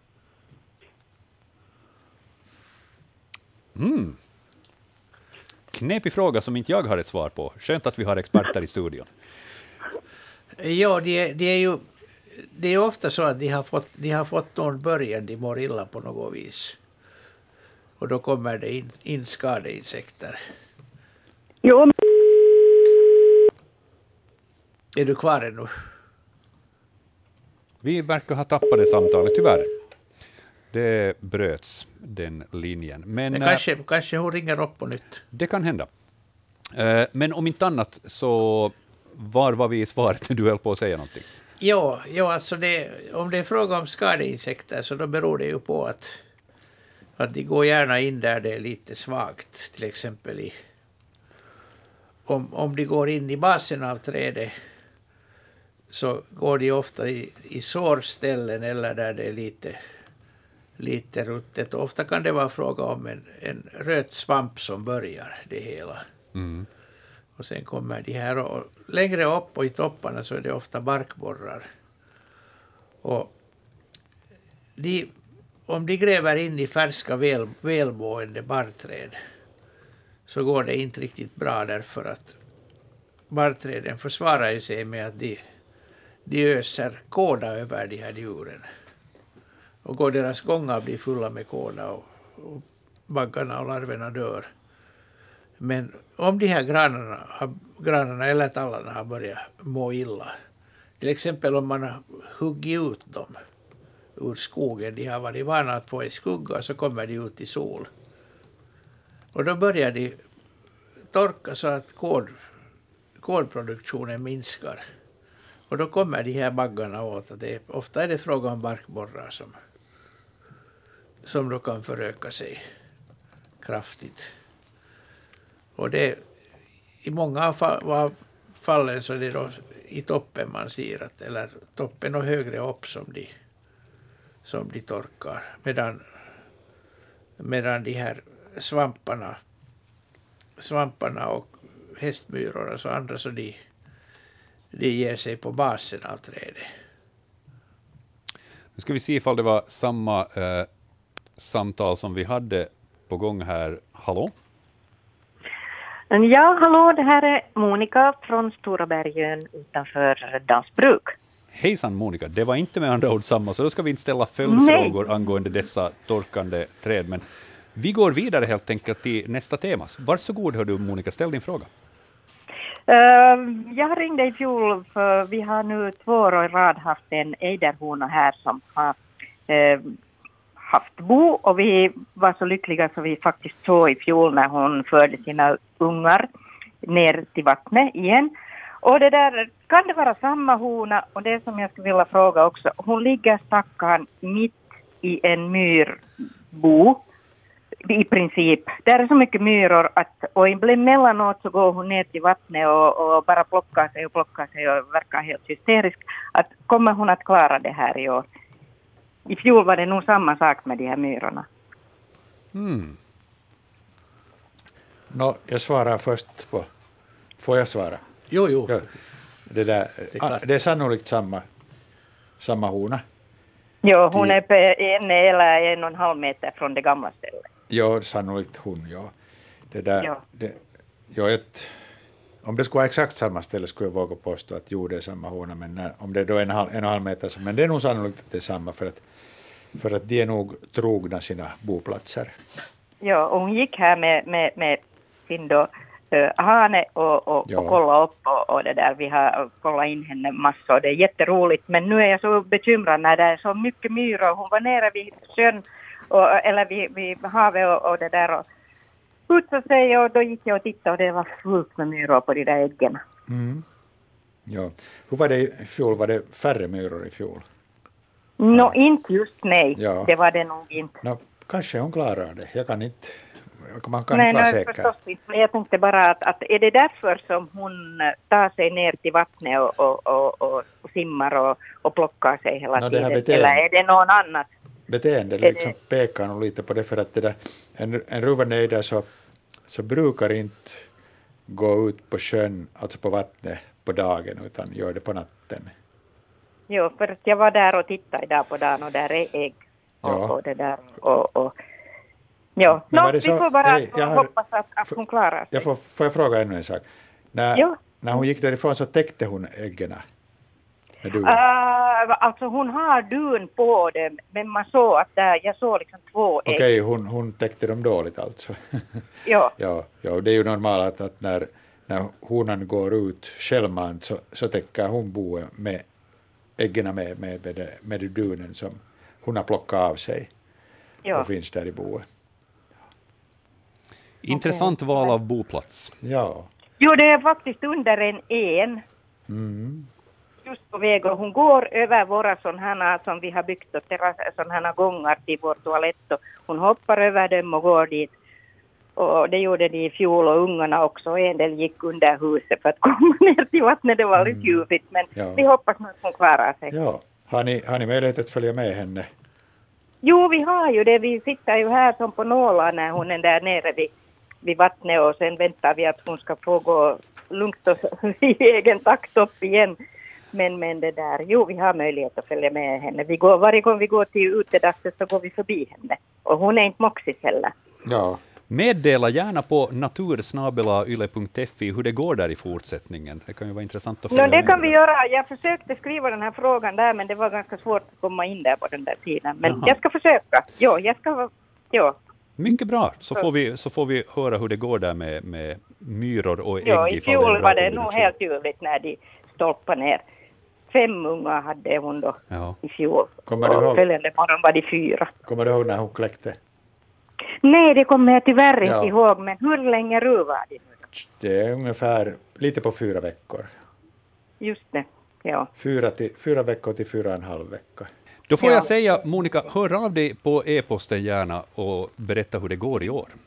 Knepig fråga som inte jag har ett svar på. Skönt att vi har experter i studion. Ja, det är ofta så att de har fått någon början, de mår illa på något vis. Och då kommer det in skadeinsekter. Jo, men Är du kvar ännu? Vi verkar ha tappat det samtalet, tyvärr. Det bröts, den linjen. Men Kanske hon ringer upp på nytt. det kan hända. Men om inte annat så var vi i svaret när du höll på att säga någonting? Ja, alltså om det är fråga om skadeinsekter så då beror det ju på att de går gärna in där det är lite svagt. Till exempel om de går in i basen av trädet så går de ofta i sårställen eller där det är lite ruttet. Ofta kan det vara fråga om en röd svamp som börjar det hela. Och sen kommer de här och längre upp och i topparna så är det ofta barkborrar. Och om de gräver in i färska välmående barrträd så går det inte riktigt bra därför att barrträden försvarar ju sig med att de öser kåda över de här djuren. Och går deras gångar blir fulla med kåda och baggarna och larverna dör. Men om de här granarna eller tallarna har börjat må illa, till exempel om man har huggit ut dem ur skogen, de har varit vana att få i skugga så kommer de ut i sol. Och då börjar de torka så att kolproduktionen minskar. Och då kommer de här baggarna åt. Ofta är det fråga om barkborrar som då kan föröka sig kraftigt. Och i många av fallen så är det då i toppen man ser att, eller toppen och högre upp som de torkar. Medan de här svamparna och hästmyror och så andra så de ger sig på basen av trädet. Nu ska vi se ifall det var samma samtal som vi hade på gång här. Hallå? Ja, hallå, det här är Monica från Stora Bergön utanför Dansbruk. Hejsan Monica, det var inte med andra ord samma, så då ska vi inte ställa följdfrågor angående dessa torkande träd. Men vi går vidare helt enkelt till nästa tema. Varsågod, hör du Monica, ställ din fråga. Jag ringde i fjol för vi har nu 2 år i rad haft en ejderhona här som har haft bo och vi var så lyckliga så vi faktiskt såg i fjol när hon förde sina ungar ner till vattnet igen. Och det där, kan det vara samma hona? Och det som jag skulle vilja fråga också, hon ligger stackarn mitt i en myrbo i princip. Där är så mycket myror och emellanåt så går hon ner till vattnet och bara plockar sig och verkar helt hysterisk. Att kommer hon att klara det här i år? I fjol var det nog samma sak med de här myrorna. Jag svarar först på. Får jag svara? Jo. Ja. Det är sannolikt samma hona. Jo, hon är 1,5 meter från det gamla stället. Ja, sannolikt hon, ja. Om det skulle vara exakt samma ställe skulle jag våga påstå att det är samma hona, men om det då är 1,5 meter, men det är nog sannolikt att det är samma för att de är nog trogna sina boplatser. Ja, och hon gick här med sin då hane och kolla upp och det där. Vi har kollat in henne massor. Det är jätteroligt, men nu är jag så bekymrad när det är så mycket myror. Hon var nere vid sjön eller vid havet och det där och putsade sig och då gick jag och tittade och det var fullt med myror på de där äggen. Ja. Hur var det i fjol? Var det färre myror i fjol? Inte just nej. Ja. Det var det nog inte. Kanske hon klarar det. Man kan inte vara säker. Förstås inte. Men jag tänkte bara att är det därför som hon tar sig ner till vattnet och simmar och plockar sig hela tiden? Eller är det någon annat? Beteende liksom pekar nog lite på det, för att det där, en ruvande ejder så brukar inte gå ut på sjön, alltså på vattnet på dagen, utan gör det på natten. Jo, för att jag var där och tittade idag på dagen och där är ägg. Ja. Och det där. Ja, Men var det vi så- får bara jag har- hoppas att hon klarar sig. Får jag fråga ännu en sak? Ja. När hon gick därifrån så täckte hon äggen med dun. Alltså hon har dun på det, men man såg att jag såg liksom 2 ägg. Okej, hon täckte dem dåligt alltså. Ja. Ja, det är ju normalt att när honan går ut självmant så täcker hon boet med äggen med dunen som hon har plockat av sig Ja. och finns där i boet. Intressant val av boplats. Ja. Jo, det är faktiskt under en. Just på väg, och hon går över våra sådana här som vi har byggt och sådana här gångar till vår toalett, och hon hoppar över dem och går dit. Och det gjorde de i fjol, och ungarna också. En del gick under huset för att komma ner till vattnet. Det var lite ljuvligt, men vi hoppas att hon klarar sig. Ja. Har ni möjlighet att följa med henne? Jo, vi har ju det. Vi sitter ju här som på nålar när hon är där nere vid vattnet, och sen väntar vi att hon ska få gå lugnt och i egen takt upp igen. Men det där, jo, vi har möjlighet att följa med henne. Varje gång vi går till utedasset så går vi förbi henne. Och hon är inte moxis heller. Ja. Meddela gärna på natursnabelayle.fi hur det går där i fortsättningen. Det kan ju vara intressant att följa Det med kan vi där. göra. Jag försökte skriva den här frågan där, men det var ganska svårt att komma in där på den där tiden. Men Jaha. jag ska försöka. Ja. Mycket bra, så får vi höra hur det går där med myror och ägg. Ja, i ifall det är fjol bra var det nog kombination. helt ljuvligt när de stolpade ner. 5 unga hade hon då i fjol. Kommer du ihåg? Och följande morgon var de 4. Kommer du ihåg när hon kläckte? Nej, det kommer jag tyvärr Ja. inte ihåg, men hur länge ruvar de? Det är ungefär lite på 4 veckor. Just det, ja. 4 veckor till 4,5 veckor. Då får jag säga, Monica, hör av dig på e-posten gärna och berätta hur det går i år.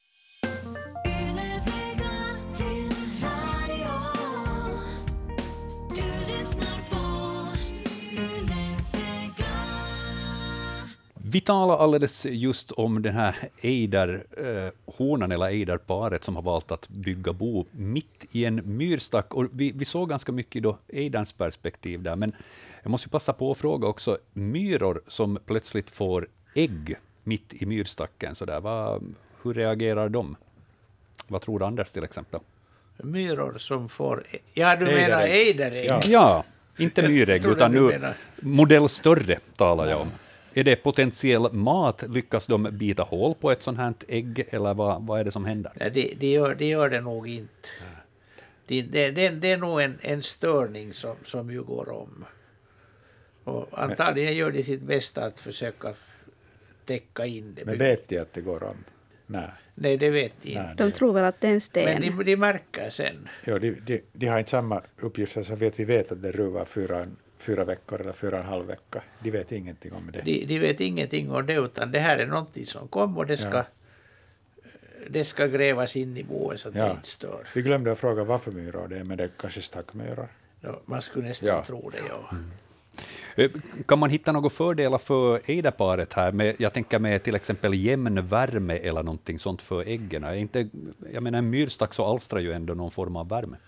Vi talade alldeles just om den här honan eller ejderparet som har valt att bygga bo mitt i en myrstack. Och vi såg ganska mycket då ejderns perspektiv där, men jag måste passa på att fråga också, myror som plötsligt får ägg mitt i myrstacken, så där, hur reagerar de? Vad tror Anders till exempel? Myror som får... Ja, du menar ejderägg? Ja, inte myrägg, trodde utan du nu menar- modell större talar jag om. Är det potentiell mat? Lyckas de bita hål på ett sånt här ägg, eller vad är det som händer? Nej, det gör det nog inte. Det är nog en störning som ju går om. Och antagligen gör de sitt bästa att försöka täcka in det. Men vet de att det går om? Nej, det vet de inte. De tror väl att det är en sten. Men de märker sen. Ja, de har inte samma uppgifter som vi vet att det ruvar 4 veckor eller 4,5 veckor. De vet ingenting om det. De vet ingenting om det, utan det här är någonting som kommer och det ska grävas in i boet så att det inte stör. Vi glömde att fråga varför myror det är, men det är kanske stackmyror. Man skulle nästan tro det, ja. Kan man hitta några fördelar för ejderparet här? Jag tänker med till exempel jämn värme eller någonting sånt för äggen. Jag menar, en myrstack så alstrar ju ändå någon form av värme.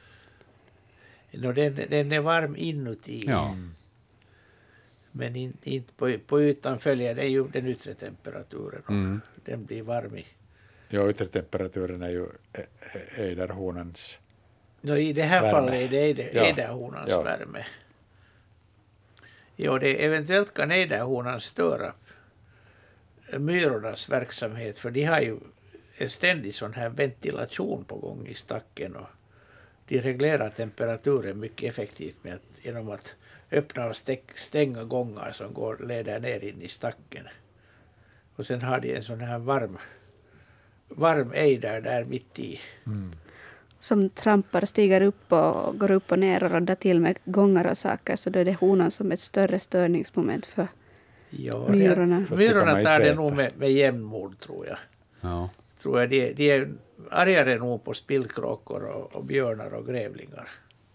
Den är varm inuti. Ja. Men inte på ytan följer det ju den yttre temperaturen. Den blir varm i. Ja, yttre temperaturen är ju ejderhonans I det här värme. fallet är det ejderhonans värme. Ja, eventuellt kan ejderhonan störa myrornas verksamhet, för de har ju en ständig sån här ventilation på gång i stacken, och de reglerar temperaturen mycket effektivt genom att öppna och stänga gångar som leder ner in i stacken. Och sen har de en sån här varm ejder där mitt i. Som stiger upp och går upp och ner och roddar till med gångar och saker, så då är det honan som ett större störningsmoment för myrorna. Myrorna tar det nog med jämnmod, tror jag. Ja. Tror jag de är argare nog på spillkråkor och björnar och grävlingar.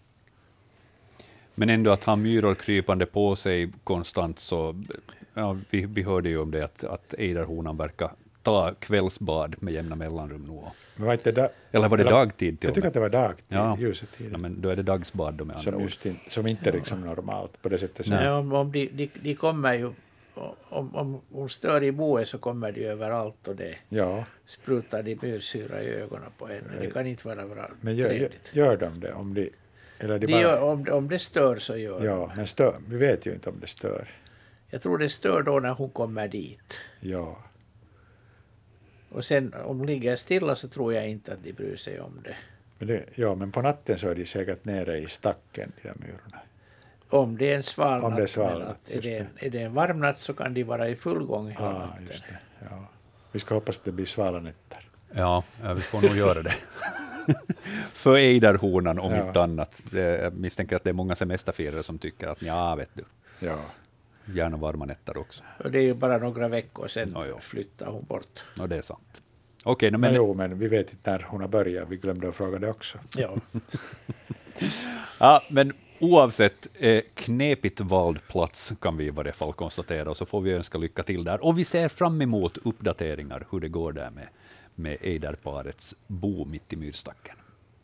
Men ändå att ha myror krypande på sig konstant, så vi hörde ju om det att ejderhonan verkar ta kvällsbad med jämna mellanrum nu. Men var inte Eller var det dagtid till Jag tycker att det var dagtid, Ja. ljusetid. Ja, men då är det dagsbad då med andra ord. Som inte är liksom normalt på det sättet. Nej, om de kommer ju, om hon stör i boet så kommer de överallt och det sprutar de myrsyra i ögonen på henne. Det kan inte vara bra. Men trevligt. gör de det? Om de, eller de De bara, gör, om det stör så gör de. ja, men vi vet ju inte om det stör. Jag tror det stör då när hon kommer dit. Ja. Och sen om hon ligger stilla så tror jag inte att de bryr sig om det. Men på natten så är de säkert nere i stacken, de där myrorna. Om det är en sval natt. Om det är sval natt, är det en varm natt så kan de vara i full gång hela natten. Just det. Ja. Vi ska hoppas att det blir svala nätter. Ja, vi får nog göra det. För ejderhonan om inte annat. Jag misstänker att det är många semesterfirare som tycker att vet du. Ja. Gärna varma nätter också. Och det är ju bara några veckor sedan flyttar hon bort. Ja, det är sant. Okej, men vi vet inte när hon har börjat. Vi glömde att fråga det också. Ja. Ja, men oavsett knepigt vald plats kan vi i varje fall konstatera, och så får vi önska lycka till där. Och vi ser fram emot uppdateringar hur det går där med ejderparets bo mitt i myrstacken.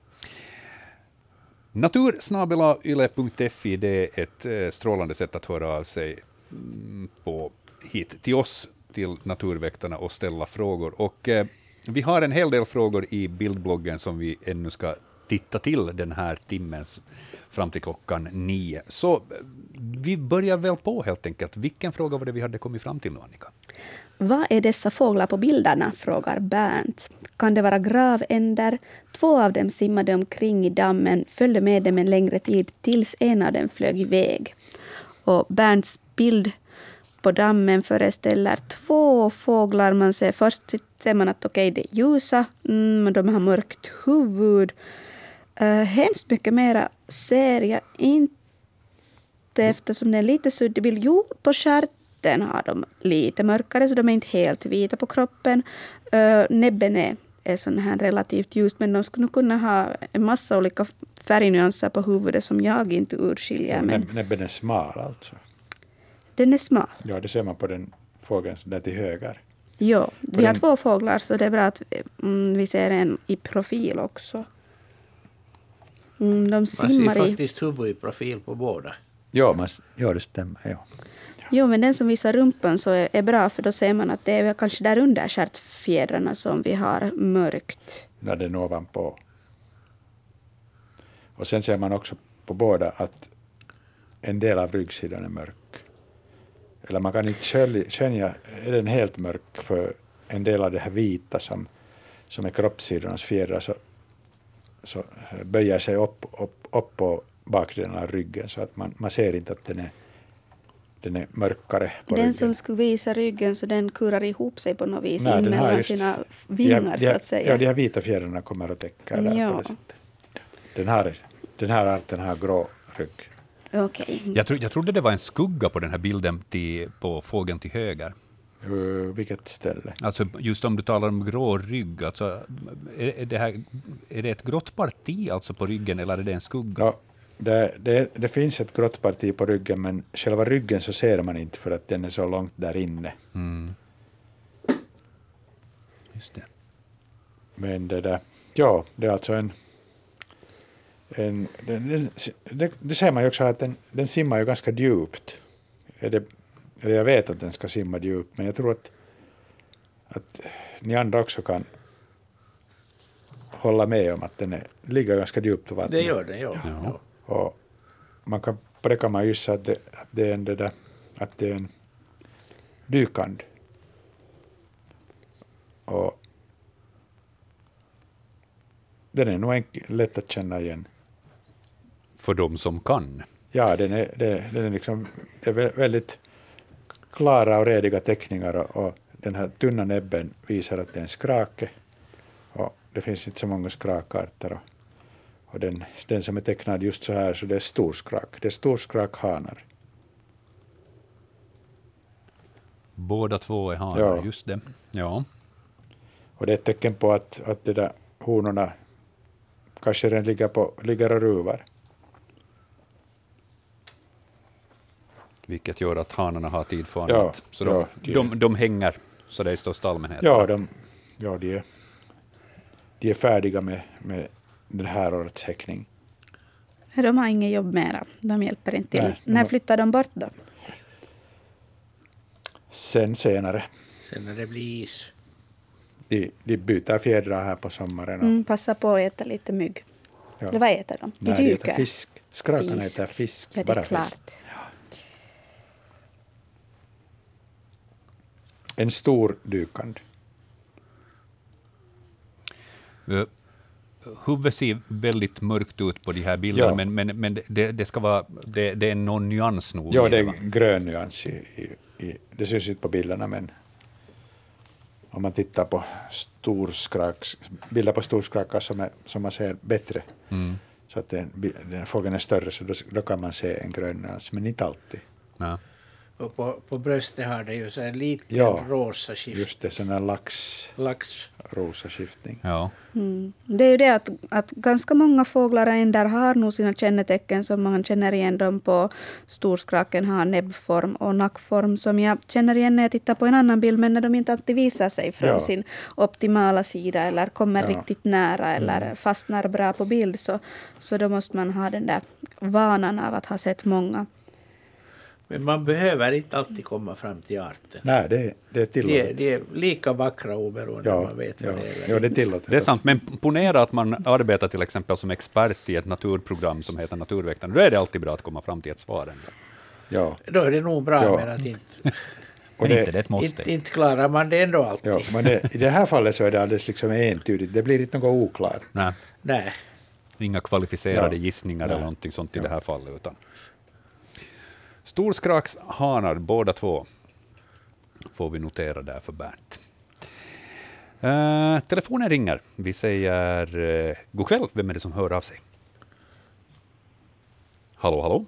Natursnabelayle.fi, det är ett strålande sätt att höra av sig på hit till oss, till Naturväktarna, och ställa frågor. Och vi har en hel del frågor i bildbloggen som vi ännu ska titta till den här timmens fram till 9. Så vi börjar väl på helt enkelt. Vilken fråga var det vi hade kommit fram till nu, Annika? Vad är dessa fåglar på bilderna, frågar Bernt. Kan det vara gravänder? 2 av dem simmade omkring i dammen, följde med dem en längre tid tills en av dem flög iväg. Och Bernts bild på dammen föreställer 2 fåglar. Man ser först ser man att det är ljusa, men de har mörkt huvud. Hemskt mycket mera ser jag inte eftersom det är lite suddig bild. Jo, på stjärten har de lite mörkare så de är inte helt vita på kroppen. Näbben är sån här relativt ljust, men de skulle kunna ha en massa olika färgnyanser på huvudet som jag inte urskiljer. Men Näbben är smal alltså? Den är smal. Ja, det ser man på den fågeln där till höger. Ja, vi har 2 fåglar så det är bra att vi ser en i profil också. De simmar man ser faktiskt huvud i profil på båda. Ja, det stämmer. Ja. Jo, men den som visar rumpan så är bra, för då ser man att det är kanske där under stjärtfjädrarna som vi har mörkt. När den ovanpå. Och sen ser man också på båda att en del av ryggsidan är mörk. Eller man kan inte skönja, är den helt mörk, för en del av det här vita som är kroppssidornas fjädrar så böjer sig upp på bakdelen av ryggen, så att man ser inte att den är mörkare på ryggen. Den som skulle visa ryggen så den kurar ihop sig på något vis mellan sina vingar så att säga. Ja, de här vita fjädrarna kommer att täcka där på det sättet. Den här arten har grå rygg. Okay. Jag trodde det var en skugga på den här bilden på fågeln till höger. Vilket ställe? Alltså just om du talar om grå rygg, alltså, är det ett grått parti alltså på ryggen, eller är det en skugga? Ja, det finns ett grått parti på ryggen, men själva ryggen så ser man inte för att den är så långt där inne. Mm. Just det. Men det är alltså det ser man ju också att den simmar ju ganska djupt. Eller jag vet att den ska simma djupt, men jag tror att ni andra också kan hålla med om att den ligger ganska djupt på vattnet. Det gör den, ja. Och på det kan man ju säga att det är en dykand. Och den är nog lätt att känna igen. För de som kan. Ja, den är liksom, det är väldigt klara och rediga teckningar, och den här tunna näbben visar att det är en skrake, och det finns inte så många skrakarter, och den som är tecknad just så här, så det är storskrak. Det är storskrakhanar. Båda 2 är hanar, just det. Ja. Och det är ett tecken på att det där honorna kanske den ligger och ruvar. Vilket gör att hanarna har tid för annat. Så de hänger så det är i största allmänhet? Ja, de är färdiga med den här årets häckning. De har inget jobb mera. De hjälper inte till. Nej, När flyttar de bort då? Senare. Sen när det blir is. De byter fjädrar här på sommaren. Passa på att äta lite mygg. Ja. Eller vad äter de? Nej, de äter fisk. Skrakarna äter fisk. Ja, det är bara klart. fisk. Ja. En stor dykand. Huvudet ser väldigt mörkt ut på de här bilderna, men det ska vara det är någon nyans nog. Ja, det är grön nyans. Det syns inte på bilderna, men om man tittar på bilder på storskrakar som man ser bättre, så att den fågeln är större, så då kan man se en grön nyans, men inte alltid. Ja. Och på bröstet har det ju så en liten rosa skift. Just det, sån här lax. Rosa skiftning. Ja. Det är ju det att ganska många fåglar har nog sina kännetecken som man känner igen dem på. Storskraken har näbbform och nackform som jag känner igen när jag tittar på en annan bild, men när de inte alltid visar sig från sin optimala sida eller kommer riktigt nära eller fastnar bra på bild, så då måste man ha den där vanan av att ha sett många. Men man behöver inte alltid komma fram till arten. Nej, det är tillåtet. De är lika vackra oberoende om man vet vad det är. Ja, det är tillåtet. Det är sant, men ponera att man arbetar till exempel som expert i ett naturprogram som heter Naturväktarna. Då är det alltid bra att komma fram till ett svar ändå. Ja. Då är det nog bra med att inte... Men inte det måste. Inte klarar man det ändå alltid. Ja, men i det här fallet så är det alldeles liksom entydigt. Det blir inte något oklart. Nej. Inga kvalificerade gissningar eller någonting sånt i det här fallet, utan storskrakshanar, båda två, får vi notera där för Bernt. Telefonen ringer. Vi säger god kväll. Vem är det som hör av sig? Hallå?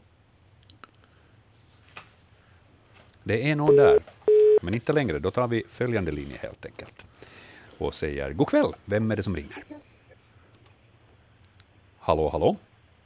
Det är någon där, men inte längre. Då tar vi följande linje helt enkelt och säger god kväll. Vem är det som ringer? Hallå?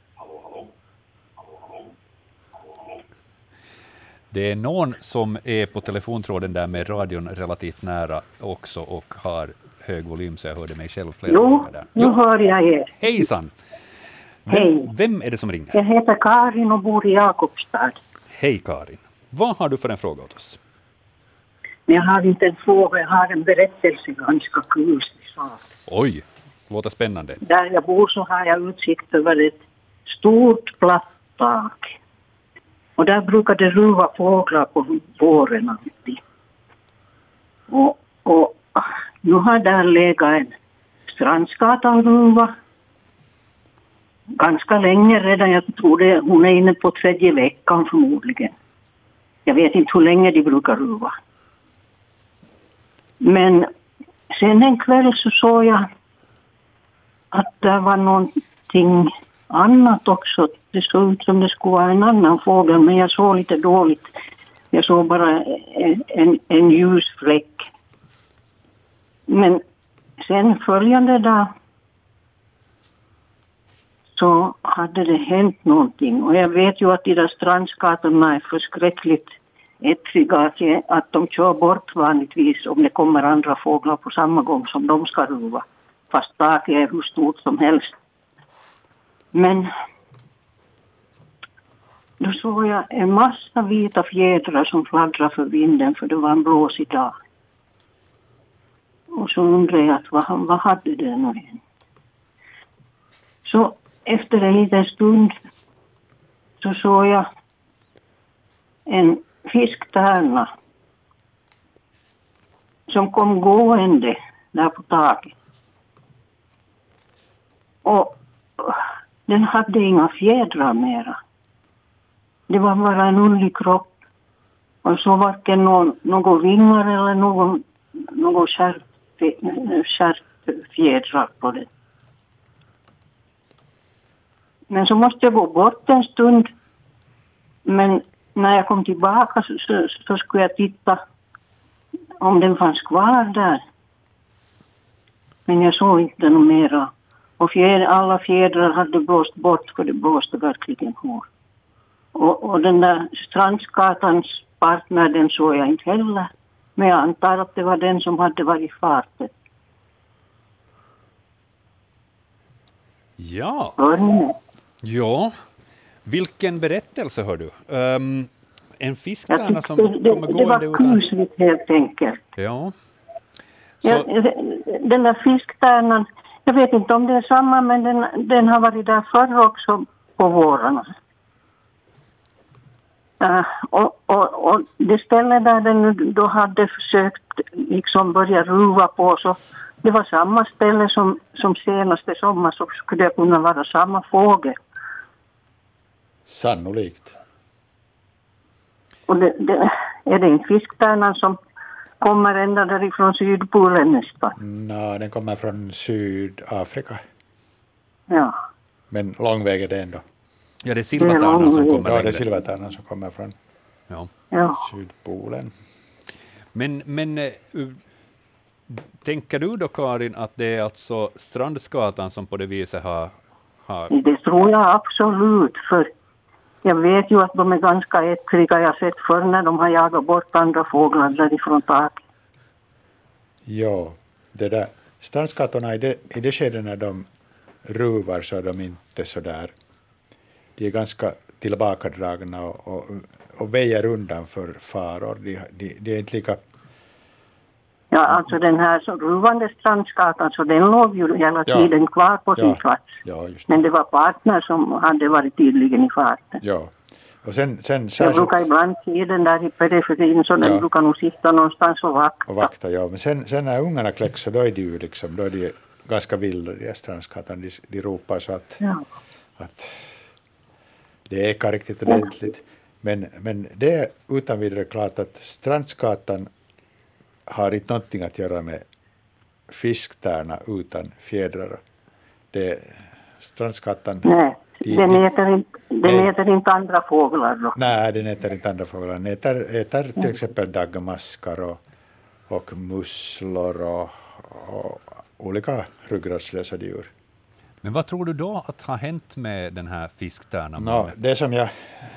Det är någon som är på telefontråden där med radion relativt nära också och har hög volym, så jag hörde mig själv flera gånger där. Nu hör jag er. Hejsan! Hej. Vem är det som ringer? Jag heter Karin och bor i Jakobstad. Hej Karin. Vad har du för en fråga åt oss? Jag har inte en fråga, jag har en berättelse, ganska kuslig sak. Oj, låter spännande. Där jag bor så har jag utsikt över ett stort platt tak. Och där brukar det ruva fåglar på våren alltid. Och nu har där legat en strandskata och ruva. Ganska länge redan, jag tror det, hon är inne på 3:e veckan förmodligen. Jag vet inte hur länge de brukar ruva. Men sen en kväll så såg jag att det var någonting annat också. Det såg ut som det skulle vara en annan fågel, men jag såg lite dåligt. Jag såg bara en ljus fläck. Men sen följande dag så hade det hänt någonting. Och jag vet ju att de där strandskatorna är förskräckligt ettriga, att de kör bort vanligtvis om det kommer andra fåglar på samma gång som de ska ruva. Fast taket är hur stort som helst. Men då såg jag en massa vita fjädrar som fladdrade för vinden, för det var en blåsig dag. Och så undrade jag att vad hade det nu hänt? Så efter en liten stund så såg jag en fisktärna som kom gående där på taket. Och den hade inga fjädrar mera. Det var bara en underlig kropp. Och så varken någon vingar eller någon skärpt fjädrar på det. Men så måste jag gå bort en stund. Men när jag kom tillbaka så skulle jag titta om den fanns kvar där. Men jag såg inte något mera. Och alla fjädrar hade blåst bort, för det blåste verkligen hårt. Och den där strandskatans partner, den såg jag inte heller. Men jag antar att det var den som hade varit farten. Ja. Hör ni mig? Ja. Vilken berättelse hör du? En Jag fisktärna som tyckte kommer det gående var utan... kusligt helt enkelt. Ja. Så, Ja, den där fisktärnan, jag vet inte om det är samma, men den har varit där förr också på vårarna. Och det stället där den då hade försökt liksom börja ruva på, så det var samma ställe som senaste sommar, så skulle det kunna vara samma fågel. Sannolikt. Och är det en fisktärnan som kommer ända därifrån Sydpolen nästan? Nej, den kommer från Sydafrika. Ja. Men lång väg är det ändå. ja, det är silvertärnan som kommer Ja, det är längre. silvertärnan som kommer från Ja. Sydpolen. Men tänker du då, Karin, att det är alltså Strandskatan som på det viset har... Det tror jag absolut, för jag vet ju att de är ganska äckliga. Jag har sett förr när de har jagat bort andra fåglar därifrån taket. Ja, det där. Strandskatorna i det skedet när de ruvar så är de inte så där. De är ganska tillbakadragna och väjer undan för faror. De är inte lika... Ja, alltså den här så ruvande Strandskatan, så den låg ju hela tiden kvar på sin plats. Ja, just det. Men det var partner som hade varit tydligen i farten. Ja, och sen Jag brukar ibland se den där i periferin, så den brukar nog sitta någonstans och vakta. Ja. Men sen när ungarna kläcks så då är de ju liksom, då är de ganska vilda, de Strandskatan. De ropar så att det ekar riktigt ordentligt. Men det är utan vidare klart att Strandskatan har inte någonting att göra med fisktärna utan fjädrar. Strandskatan... Nej, den äter inte andra fåglar då. Nej, den äter inte andra fåglar. Den äter till exempel daggmaskar och musslor och olika ryggradslösa djur. Men vad tror du då att har hänt med den här fisktärnan? Det som jag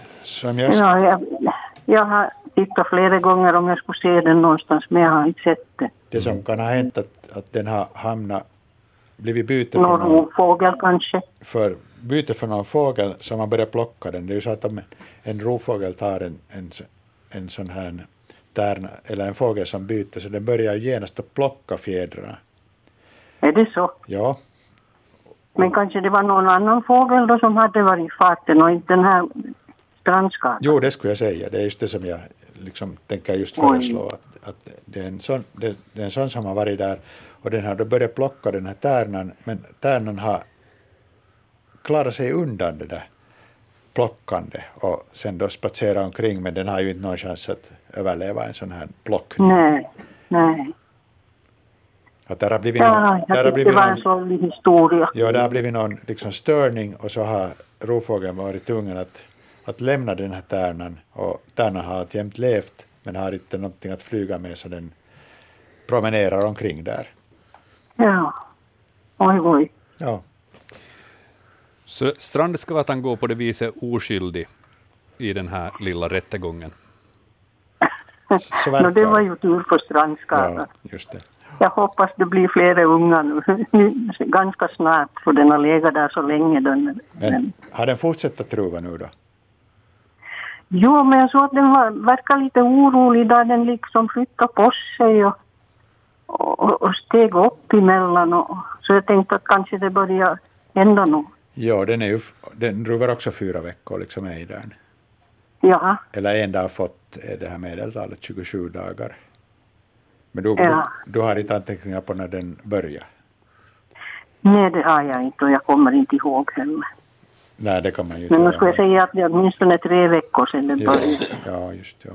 jag har tittat flera gånger om jag skulle se den någonstans, men jag har inte sett det. Det som kan ha hänt att den har blivit byte för någon fågel kanske. För byte för någon fågel som man börjar plocka den. Det är ju så att om en rovfågel tar en sån här tärna, eller en fågel som byter, så den börjar genast att plocka fjädrarna. Är det så? Ja. Men kanske det var någon annan fågel då som hade varit i farten och inte den här Strandskatan? Jo, det skulle jag säga. Det är just det som jag liksom tänker just föreslå. Att det är en sån som har varit där och den har då börjat plocka den här tärnan, men tärnan har klarat sig undan det där plockande och sen då spatsera omkring, men den har ju inte någon chans att överleva en sån här plockning. Nej. Att där har blivit det var en sån historia. Ja, det har blivit någon liksom störning och så har rovfågeln varit tvungen att lämna den här tärnan, och tärnan har jämt levt men har inte någonting att flyga med, så den promenerar omkring där. Ja, oj. Ja. Så Strandskatan går på det viset oskyldig i den här lilla rättegången. Så det var ju tur för Strandskatan. Ja, just det. Jag hoppas det blir flera unga nu ganska snart, för den har legat där så länge. Men har den fortsatt att ruva nu då? Jo, men jag såg att den verkar lite orolig där den liksom flyttade på sig och steg upp emellan. Så jag tänkte att kanske det börjar hända nog. Ja, den ruvar också 4 veckor liksom ejdern. Ja. Eller en dag fått det här medeltalet 27 dagar. Men du har inte anteckningar på när den börjar? Nej, det har jag inte och jag kommer inte ihåg heller. Nej, det kan man ju inte. Men nu skulle jag säga att det är åtminstone 3 veckor sedan den började. Ja, just ja.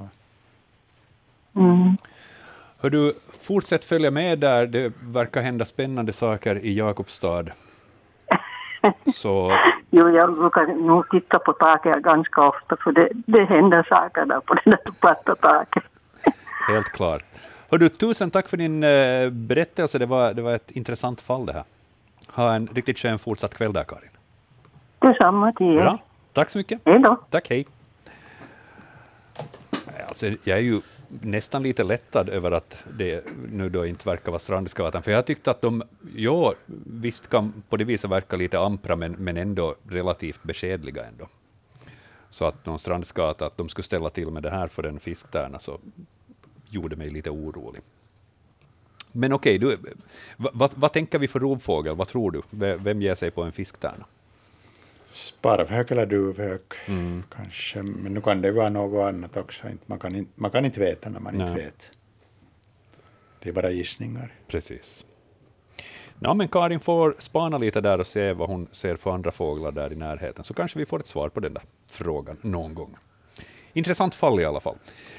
Hör du, fortsätt följa med där. Det verkar hända spännande saker i Jakobstad. Så... Jo, jag brukar nog titta på taket ganska ofta, för det händer saker där på det där platta taket. Helt klart. Hör du, tusen tack för din berättelse. Det var ett intressant fall det här. Ha en riktigt skön fortsatt kväll där, Karin. Detsamma till er. Bra. Tack så mycket. Hej då. Tack, hej. Alltså, jag är ju nästan lite lättad över att det nu då inte verkar vara Strandskatan, för jag tyckte att de, visst kan på det viset verka lite ampra, men ändå relativt beskedliga ändå. Så att någon Strandskata, att de skulle ställa till med det här för en fisktärna, så gjorde mig lite orolig. Men okej, vad tänker vi för rovfågel? Vad tror du? Vem ger sig på en fisktärna? Sparvhök eller duvhök kanske, men nu kan det vara något annat också. Man kan inte veta när man inte vet. Det är bara gissningar. Precis. Ja, men Karin får spana lite där och se vad hon ser för andra fåglar där i närheten, så kanske vi får ett svar på den där frågan någon gång. Intressant fall i alla fall.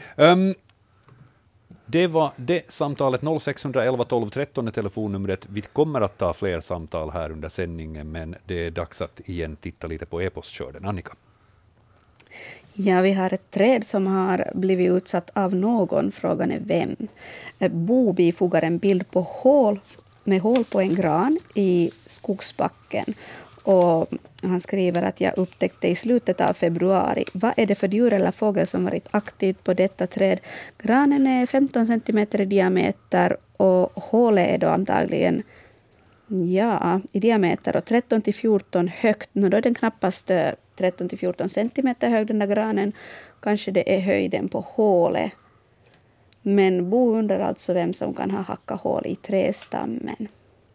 Det var det samtalet. 0611 12 13 är telefonnumret. Vi kommer att ta fler samtal här under sändningen, men det är dags att igen titta lite på e-postkörden. Annika? Ja, vi har ett träd som har blivit utsatt av någon. Frågan är vem. Bo bifogar en bild på hål på en gran i skogsbacken. Och han skriver att jag upptäckte i slutet av februari. Vad är det för djur eller fågel som varit aktivt på detta träd? Granen är 15 centimeter i diameter och hålet är då antagligen i diameter och 13-14 högt. Nu då är den knappast 13-14 centimeter hög, den där granen. Kanske det är höjden på hålet. Men Bo undrar alltså vem som kan ha hackat hål i trästammen.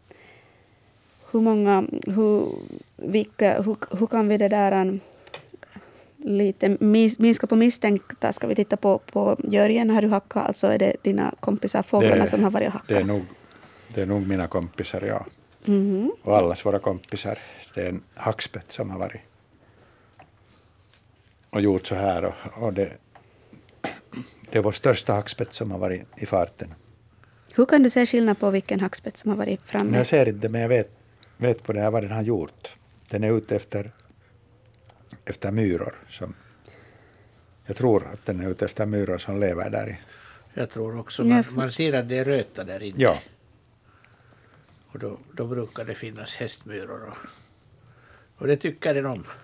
Hur kan vi det där lite minska på misstänkta? Ska vi titta på Jörgen? Har du hackat? Alltså är det dina kompisar fåglarna som har varit och hackat? Det är nog mina kompisar, ja. Mm-hmm. Och allas våra kompisar. Det är en hackspett som har varit och gjort så här. Och det är vår största hackspett som har varit i farten. Hur kan du se skillnad på vilken hackspett som har varit framme? Jag ser inte, men jag vet på det här vad den har gjort. Den är ute efter myror. Jag tror att den är ute efter myror som lever där i. Jag tror också. Man ser att det är röta där inne. Ja. Och då brukar det finnas hästmyror. Och det tycker den om.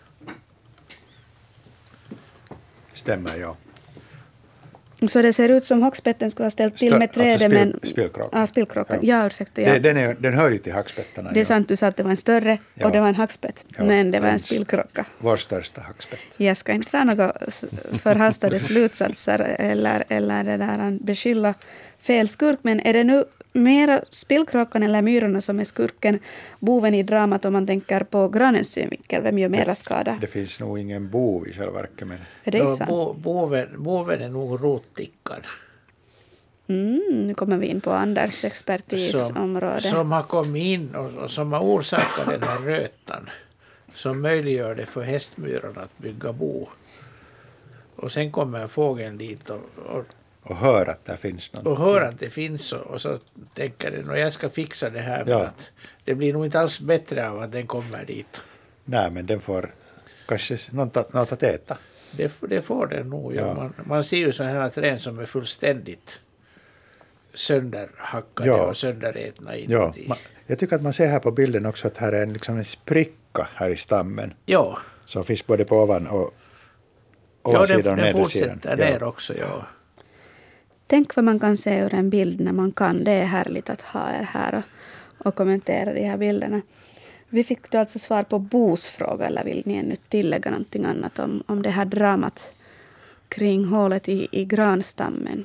Stämmer, ja. Så det ser ut som hackspetten skulle ha ställt till med trädet. Alltså spillkråkan. Spillkråkan. Ja, ursäkta. Ja. Den hör ju till hackspettarna. Det är sant, du sa att det var en större och det var en hackspett. Ja. Men det var en spillkråka. Vår största hackspett. Jag ska inte dra några förhastade slutsatser eller det där beskylla fel skurk. Men är det nu mera spillkråkan eller myrorna som är skurken, boven i dramat om man tänker på granens synvinkel? Vem gör mera skada? Det finns nog ingen bov i själva verket. Men är det sant? Boven är nog rottickan. Nu kommer vi in på Anders expertisområde. Som har kommit in och som har orsakat den här rötan. Som möjliggör det för hästmyrorna att bygga bo. Och sen kommer fågeln dit och hör att det finns något. Och hör att det finns och så tänker den och jag ska fixa det här. Ja. Att det blir nog inte alls bättre av att den kommer dit. Nej, men den får kanske något att äta. Det får den nog. Ja. Man ser ju så här träd som är fullständigt sönderhackade och sönderätna inuti. Ja. Jag tycker att man ser här på bilden också att här är en spricka här i stammen. Ja. Som finns både på ovan och ovansidan och nedersidan. Fortsätter ner också, ja. Tänk vad man kan se ur en bild när man kan. Det är härligt att ha er här och kommentera de här bilderna. Vi fick då alltså svar på Bos fråga, eller vill ni ännu tillägga någonting annat om det här dramat kring hålet i granstammen?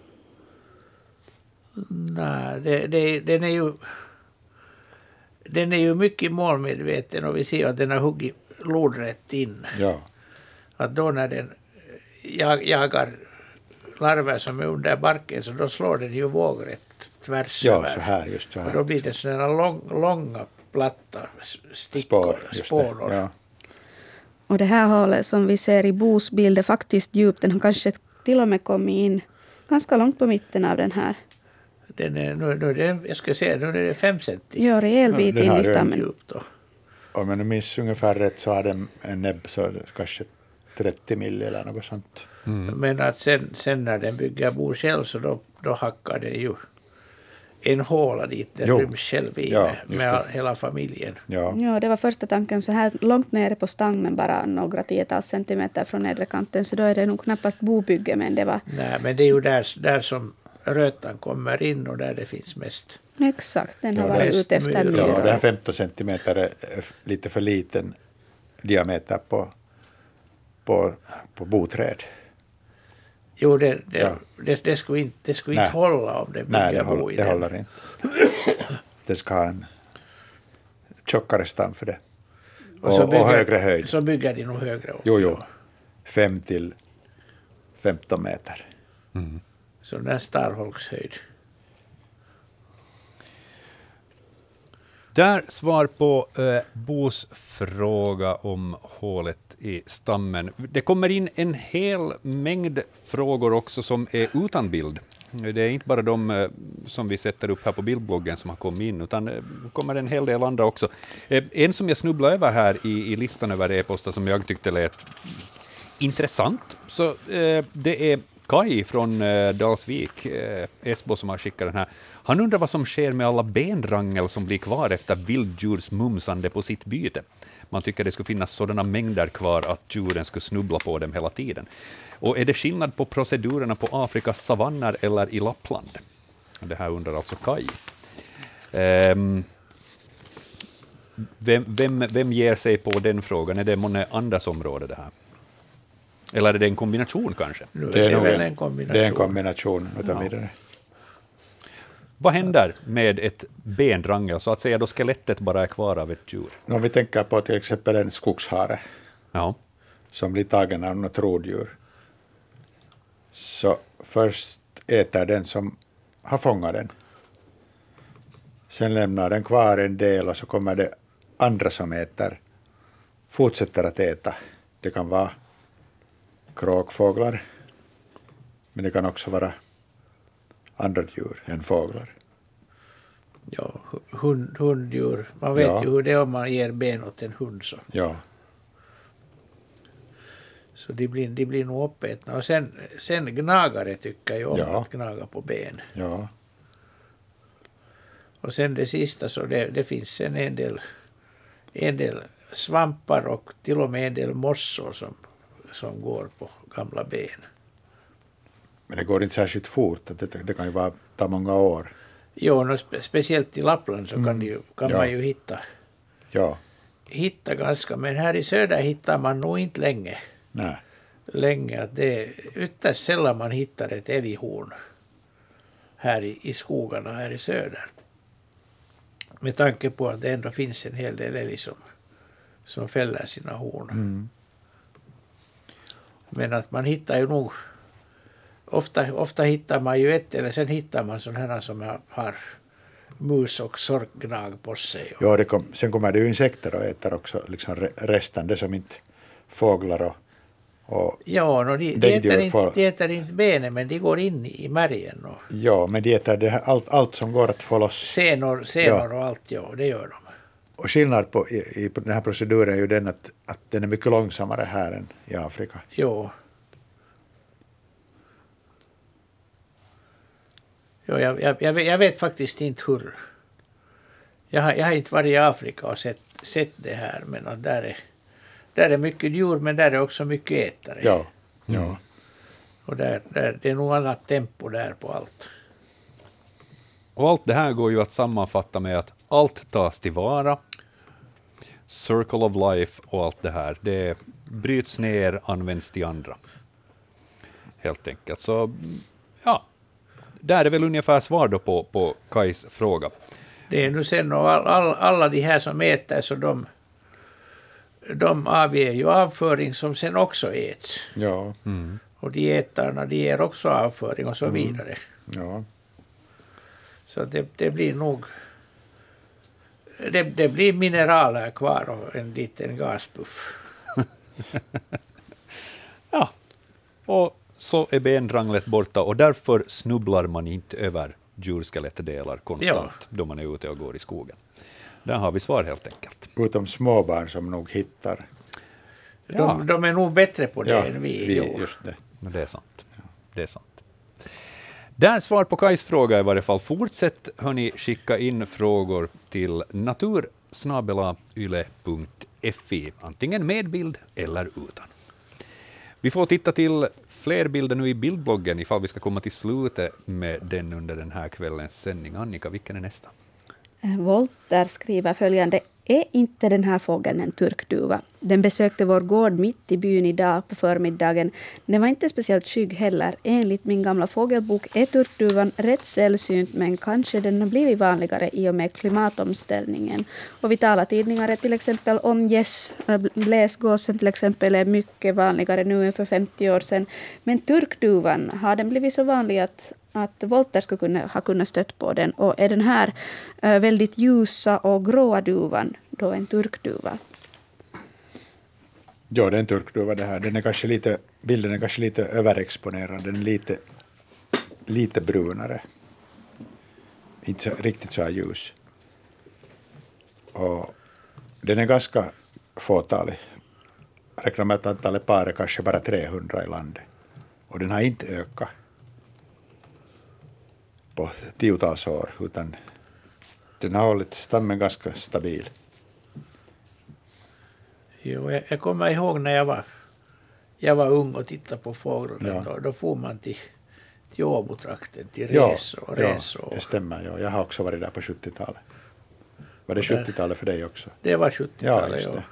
Nej, den är ju mycket målmedveten och vi ser att den har huggit lodrätt in. Ja. Att då när den jagar larver som är under barken så då slår den ju vågrätt tvärs över. Ja, så här, just så här. Och då blir det sådana långa platta spår. Ja. Och det här hålet som vi ser i Bos bild är faktiskt djupt. Den har kanske till och med kommit in ganska långt på mitten av den här. Den är, jag ska säga, nu är det 5 centimeter. Ja, rejäl bit in i stammen. Djupt då. Om jag minns ungefär rätt så har den en näbb så kanske 30 mil eller något sånt. Men att sen när den bygger bo själv så då hackar det ju en håla dit den ryms själv i med hela familjen. Ja, det var första tanken, så här långt nere på stammen, bara några tiotals centimeter från nedre kanten, så då är det nog knappast bobygge, men det var... Nej, men det är ju där som rötan kommer in och där det finns mest. Exakt, den har varit ute efter myra. Ja, det här 15 centimeter är lite för liten diameter på boträd. Jo, det skulle inte hålla om det bygger bo i det håller inte. Det ska ha en tjockare stam för det. Och högre höjd. Så bygger de nog högre också. Jo. 5 till 15 meter. Så den Starholkshöjd. Där svar på Bos fråga om hålet i stammen. Det kommer in en hel mängd frågor också som är utan bild. Det är inte bara de som vi sätter upp här på bildbloggen som har kommit in, utan det kommer en hel del andra också. En som jag snubblade över här i listan över e-poster som jag tyckte lät intressant, så det är Kai från Dalsvik, Esbo, som har skickat den här. Han undrar vad som sker med alla benrangel som blir kvar efter vilddjursmumsande på sitt byte. Man tycker det skulle finnas sådana mängder kvar att djuren skulle snubbla på dem hela tiden. Och är det skillnad på procedurerna på Afrikas savanner eller i Lappland? Det här undrar alltså Kai. Vem ger sig på den frågan? Är det många andras område det här? Eller är det en kombination kanske? Det är väl en kombination. Det är en kombination utan vidare. Vad händer med ett benrangel, så att säga då skelettet bara är kvar av ett djur? Om vi tänker på till exempel en skogshare som blir tagen av något rådjur, så först äter den som har fångat den. Sen lämnar den kvar en del och så kommer det andra som fortsätter att äta. Det kan vara kråkfåglar, men det kan också vara andra djur än fåglar. Ja, hunddjur. Man vet ju hur det är om man ger ben åt en hund. Så. Ja. Så de blir nog uppätna. Och sen gnagare tycker jag om att gnaga på ben. Ja. Och sen det sista, så det finns en del svampar och till och med en del mossor som går på gamla ben. Men det går inte särskilt fort, det kan ju ta många år. Jo, speciellt i Lappland så kan man ju hitta ganska, men här i söder hittar man nog inte länge. Nej. Länge, att det är ytterst sällan man hittar ett älghorn här i skogarna här i söder. Med tanke på att det ändå finns en hel del älg som fäller sina horn. Men att man hittar ju nog, ofta hittar man ju ett, eller sen hittar man sådana här som har mus och sorkgnag på sig. Ja, sen kommer det ju insekter och äter också liksom resten, det som inte fåglar och ja, de äter inte benen, men de går in i märgen. Ja, men de äter allt som går att få loss. Senor och allt, det gör de. Och skillnad på den här proceduren är ju den att den är mycket långsammare här än i Afrika. Jo, jag vet faktiskt inte hur. Jag har inte varit i Afrika och sett det här, men att där är mycket djur, men där är också mycket ätare. Ja. Och det är nog annat tempo där på allt. Och allt det här går ju att sammanfatta med att allt tas tillvara. Circle of life och allt det här. Det bryts ner, används till andra. Helt enkelt. Så ja, där är väl ungefär svar då på Kais fråga. Det är nu sen, och alla de här som äter, så de avger ju avföring som sen också äts. Ja. Och de ätarna, de ger också avföring och så vidare. Ja. Så det blir nog, det blir mineraler kvar och en liten gaspuff. Ja, och så är benranglet borta och därför snubblar man inte över djurskelettdelar konstant då man är ute och går i skogen. Där har vi svar helt enkelt. Utom småbarn som nog hittar. De är nog bättre på det än vi. Just det. Men det är sant. Det är sant. Där svar på Kajs fråga i varje fall. Fortsätt hörni skicka in frågor till natur@yle.fi, antingen med bild eller utan. Vi får titta till fler bilder nu i bildbloggen ifall vi ska komma till slutet med den under den här kvällens sändning. Annika, vilken är nästa? Volter skriver följande: är inte den här fågeln en turkduva? Den besökte vår gård mitt i byn idag på förmiddagen. Den var inte speciellt skygg heller. Enligt min gamla fågelbok är turkduvan rätt sällsynt, men kanske den har blivit vanligare i och med klimatomställningen. Och vitala tidningar till exempel om gäss, bläsgåsen till exempel är mycket vanligare nu än för 50 år sedan. Men turkduvan, har den blivit så vanlig att Volter skulle ha kunnat stött på den? Och är den här väldigt ljusa och gråa duvan då en turkduva? Ja, det är en turkduva det här. Bilden är kanske lite överexponerad. Den är lite brunare. Inte riktigt så här ljus. Och den är ganska fåtalig. Jag räknar med att antalet par är kanske bara 300 i landet. Och den har inte ökat på tiotals år, utan den har hållit stammen ganska stabil. Jo, jag kommer ihåg när jag var ung och tittade på fåglarna. Ja. Då får man till Åbo-trakten, till resor. Ja, det stämmer. Ja. Jag har också varit där på 70-talet. Var det 70-talet för dig också? Det var 70-talet, ja.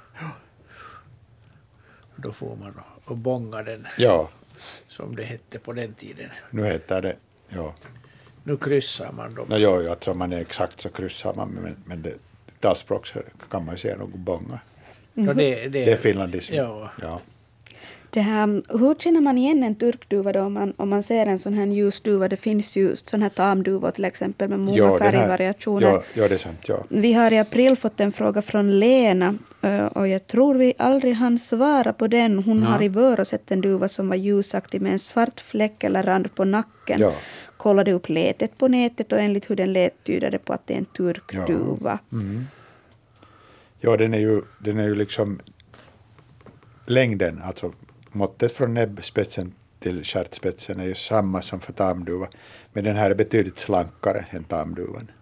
Då får man och bånga den, som det hette på den tiden. Nu heter det, Nu kryssar man dem. Alltså man är exakt så kryssar man, men det talspråk kan man ju säga något bånga. Mm. Det är finlandism. Ja. Det här, hur känner man igen en turkduva då om man ser en sån här ljusduva? Det finns ju sån här tamduvor till exempel med många färgvariationer. Ja, det är sant. Ja. Vi har i april fått en fråga från Lena och jag tror vi aldrig hann svara på den. Hon har i Vörå sett en duva som var ljusaktig med en svart fläck eller rand på nacken. Ja. Kollade upp letet på nätet och enligt hur den lät tydde det på att det är en turkduva. Ja, ja den är ju liksom längden, alltså måttet från näbbspetsen till stjärtspetsen är ju samma som för tamduva, men den här är betydligt slankare än tamduvan.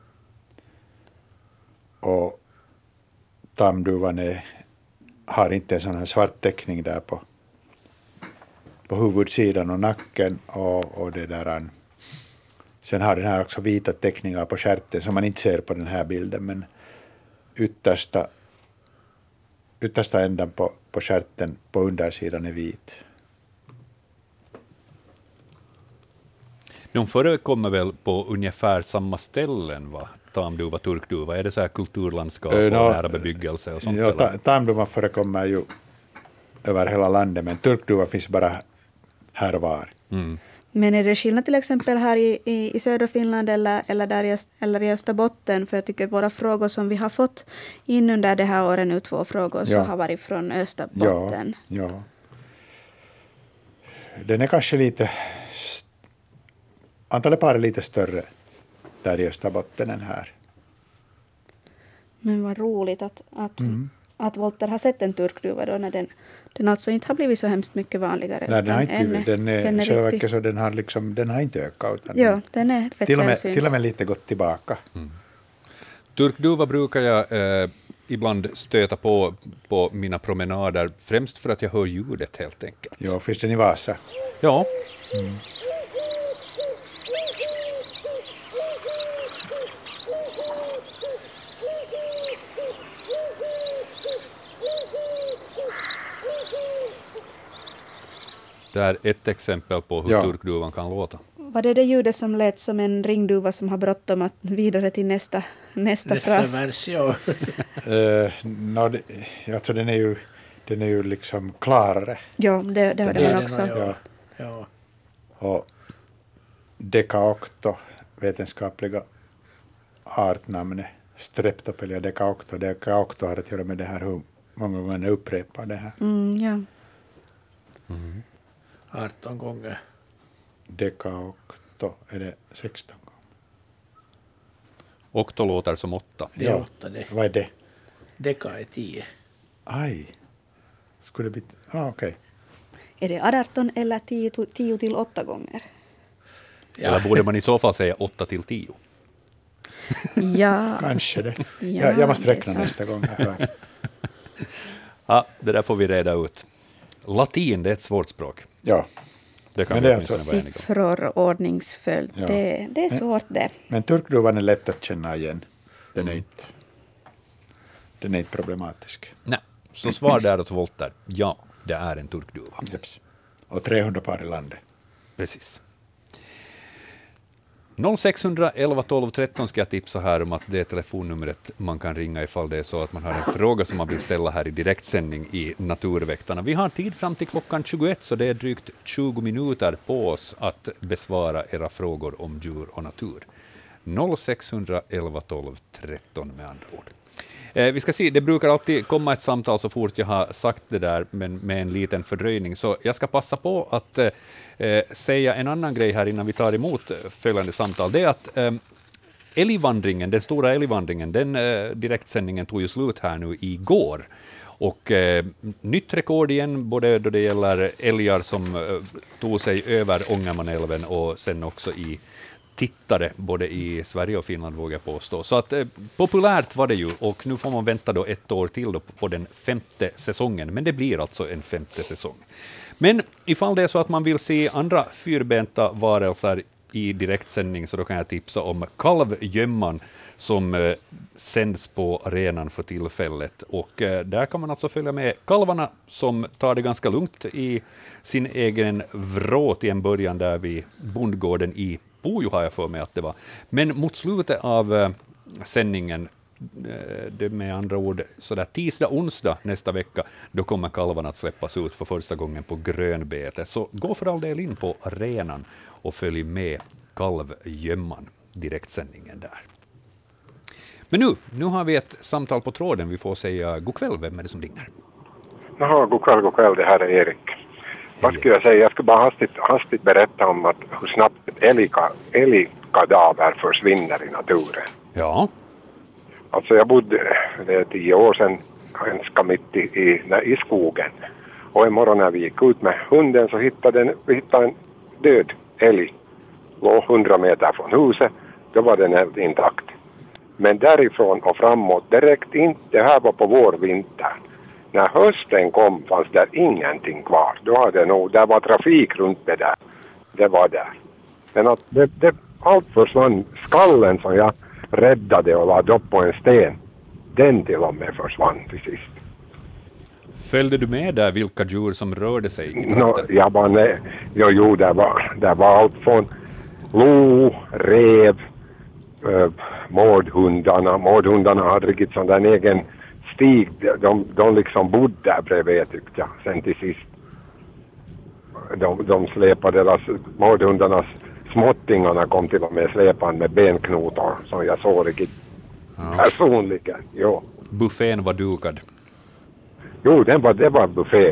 Och tamduvan har inte en sån här svart teckning där på huvudsidan och nacken och det där. Sen har den här också vita teckningar på stjärten som man inte ser på den här bilden, men yttersta ändan på stjärten på undersidan är vit. De förekommer väl på ungefär samma ställen, va? Tamduva, turkduva. Är det så här kulturlandskap och nära bebyggelse och sånt? Tamduva förekommer ju över hela landet, men turkduva finns bara här och var. Mm. Men är det skillnad till exempel här i södra Finland eller i Österbotten? För jag tycker våra frågor som vi har fått in under det här året, nu 2 frågor, så har varit från Österbotten. Ja. Den är kanske lite... Antalet par är lite större där i Österbotten än här. Men vad roligt att Volter har sett en turkduva då när den alltså inte har blivit så hemskt mycket vanligare. Nej, den har inte ökat. Ja, den är rätt sällsynt. Till och med lite gått tillbaka. Mm. Turkduva brukar jag ibland stöta på mina promenader, främst för att jag hör ljudet helt enkelt. Ja, finns den i Vasa? Ja. Mm. Det är ett exempel på hur turkduvan kan låta. Var det ljudet som lät som en ringduva som har bråttom att vidare till nästa fras? Vers, ja. Alltså den är ju liksom klarare. Ja, det hörde man också. Ja. Och Decaocto, vetenskapliga artnamnet, Streptopelia decaocto. Decaocto har att göra med det här hur många gånger den upprepar det här. Ja. 18 gånger. Decaocto, är det 16 gånger? Octo låter som 8. Det är 8 det. Vad är det? Deca är 10. Aj. Skulle det bli... okej. Är det 18 eller 10 till 8 gånger? Eller borde man i så fall säga 8 till 10? Ja. Kanske det. Ja, jag måste det är räkna sant. nästa gång. Ja, det där får vi reda ut. Latin, det är ett svårt språk. Ja, Det kan Men vi det är åtminstone alltså vara eniga om. Siffror, ordningsföljd. Ja. Det är svårt det. men turkduvan är lätt att känna igen. Den är inte problematisk. Nej, så svar där åt Volter. Ja, det är en turkduva. Jeps. Och 300 par i landet. Precis. 0611 12 13 ska jag tipsa här om att det är telefonnumret man kan ringa ifall det är så att man har en fråga som man vill ställa här i direktsändning i Naturväktarna. Vi har tid fram till klockan 21, så det är drygt 20 minuter på oss att besvara era frågor om djur och natur. 0611 12 13 med andra ord. Vi ska se, det brukar alltid komma ett samtal så fort jag har sagt det där, men med en liten fördröjning. Så jag ska passa på att säga en annan grej här innan vi tar emot följande samtal. Det är att älgvandringen, den stora älgvandringen, den direktsändningen tog ju slut här nu igår. Och nytt rekord igen, både då det gäller älgar som tog sig över Ångermanälven och sen också i tittare både i Sverige och Finland, vågar jag påstå. Så att populärt var det ju, och nu får man vänta då 1 år till då på den 5:e säsongen, men det blir alltså en 5:e säsong. Men ifall det är så att man vill se andra fyrbenta varelser i direktsändning, så då kan jag tipsa om kalvgömman som sänds på arenan för tillfället. Och där kan man alltså följa med kalvarna som tar det ganska lugnt i sin egen vrå till en början där vid bondgården i Pujo, har jag för mig att det var. Men mot slutet av sändningen, det med andra ord sådär tisdag, onsdag nästa vecka, då kommer kalvarna att släppas ut för första gången på grönbete. Så gå för all del in på arenan och följ med kalvgömman, direktsändningen där. Men nu har vi ett samtal på tråden. Vi får säga god kväll. Vem är det som ringer? Jaha, god kväll. Det här är Erik. Vad skulle jag säga? Jag skulle bara hastigt berätta om att hur snabbt ett älgkadaver försvinner i naturen. Ja. Alltså jag bodde, det är 10 år sedan, ganska mitt i skogen. Och en morgon när vi gick ut med hunden så hittade en död älg. Låg 100 meter från huset, då var den helt intakt. Men därifrån och framåt direkt inte, det här var på vårvintern. När hösten kom fanns där ingenting kvar. Då hade där var trafik runt det där. Det var där. Men att allt försvann. Skallen som jag räddade och lade upp på en sten, den till och med försvann till sist. Följde du med där vilka djur som rörde sig i trakten? Jag bara nej. Jo, där var allt från lo, rev, mårdhundarna. Mårdhundarna hade riktigt sån där en egen stig. De liksom bodde där bredvid, tyckte jag. Sen till sist de släpade mårdhundarnas småttingarna kom till och med släpande med benknotor som jag såg riktigt personligen. Jo. Buffén var dukad. Jo, det var buffé.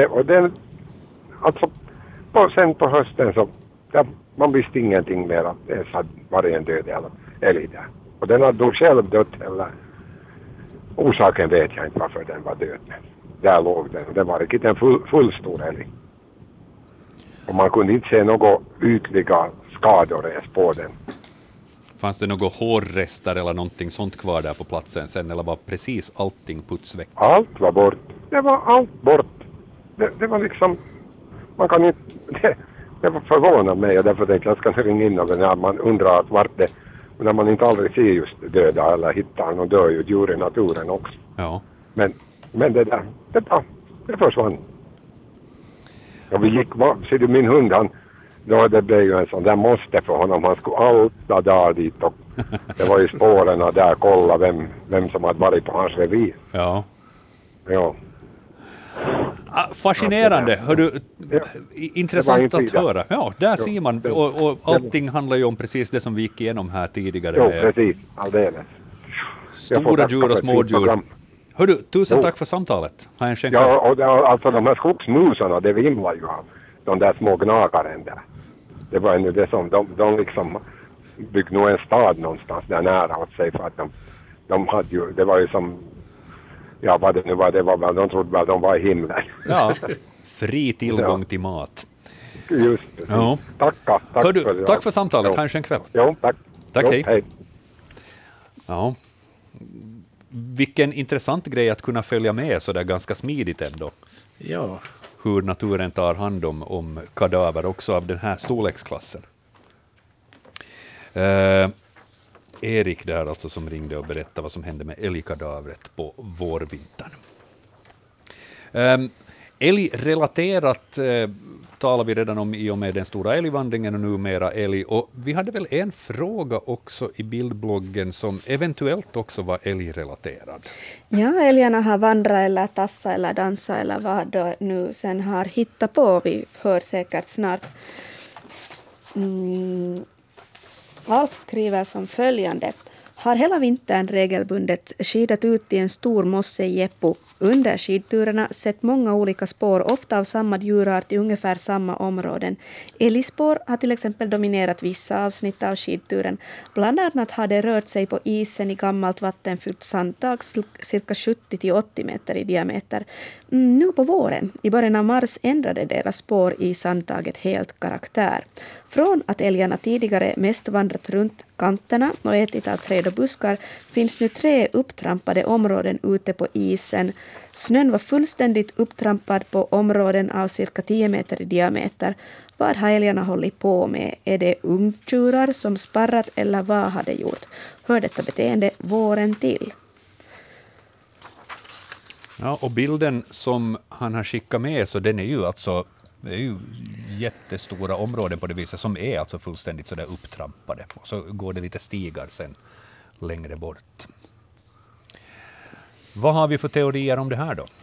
Sen på hösten så man visste ingenting mer att det var en död älg där. Och den hade då själv dött, eller orsaken vet jag inte varför den var död. Men där låg den. Det var riktigt en full stor älg. Och man kunde inte se några ytliga skador ens på den. Fanns det några hårrester eller någonting sånt kvar där på platsen sen, eller var precis allting putsväck? Allt var bort. Det var allt bort. Det var liksom, man kan inte, det var förvånat mig, och därför tänkte jag ska ringa in och när man undrar vart det, när man inte aldrig ser just döda eller hittar någon död djur i naturen också. Ja. Men det där, det försvann. Och vi gick, ser du min hund, det blev ju en sån där måste för honom. Han skulle alla dagar dit, och det var ju spåren där, kolla vem som hade varit på hans revir. Ja. Ja. Fascinerande. Intressant att höra. Ja, där ser man. Och allting handlar ju om precis det som vi gick igenom här tidigare. Jo, precis. Alldeles. Stora djur och små djur. Hördu, tusen tack för samtalet. Ha en skön kväll. Ja, och alltså de här skogsmusarna, det vimlar ju av de där små gnagaren där. Det var ju det som de liksom byggde nog en stad någonstans där nära åt sig, för att de hade ju, det var ju som, ja vad det nu var, de trodde väl de var i himlen. Ja, fri tillgång till mat. Just det. Ja. Tack Tack för samtalet. Kanske en kväll. Jo, tack. Tack, jo, hej. hej. Ja. Vilken intressant grej att kunna följa med så där ganska smidigt ändå. Ja. Hur naturen tar hand om kadaver också av den här storleksklassen. Erik där alltså som ringde och berättade vad som hände med älgkadavret på vårvintern. Älgrelaterat talar vi redan om i och med den stora älgvandringen och numera älg. Och vi hade väl en fråga också i bildbloggen som eventuellt också var älgrelaterad. Ja, älgarna har vandrat eller tassat eller dansat eller vad de nu sen har hittat på. Vi hör säkert snart. Alf skriver som följande. Har hela vintern regelbundet skidat ut i en stor mosse i Jeppo. Under skidturerna sett många olika spår, ofta av samma djurart i ungefär samma områden. Älgspår har till exempel dominerat vissa avsnitt av skidturen. Bland annat har det rört sig på isen i gammalt vattenfyllt sandtak cirka 70-80 meter i diameter. Nu på våren, i början av mars, ändrade deras spår i sandtaget helt karaktär. Från att älgarna tidigare mest vandrat runt kanterna och ätit av träd och buskar finns nu 3 upptrampade områden ute på isen. Snön var fullständigt upptrampad på områden av cirka 10 meter i diameter. Vad har älgarna hållit på med? Är det ungtjurar som sparrat eller vad har det gjort? Hör detta beteende våren till? Ja, och bilden som han har skickat med, så den är ju alltså, det är ju jättestora områden på det viset som är alltså fullständigt så där upptrampade. Och så går det lite stigar sen längre bort. Vad har vi för teorier om det här då?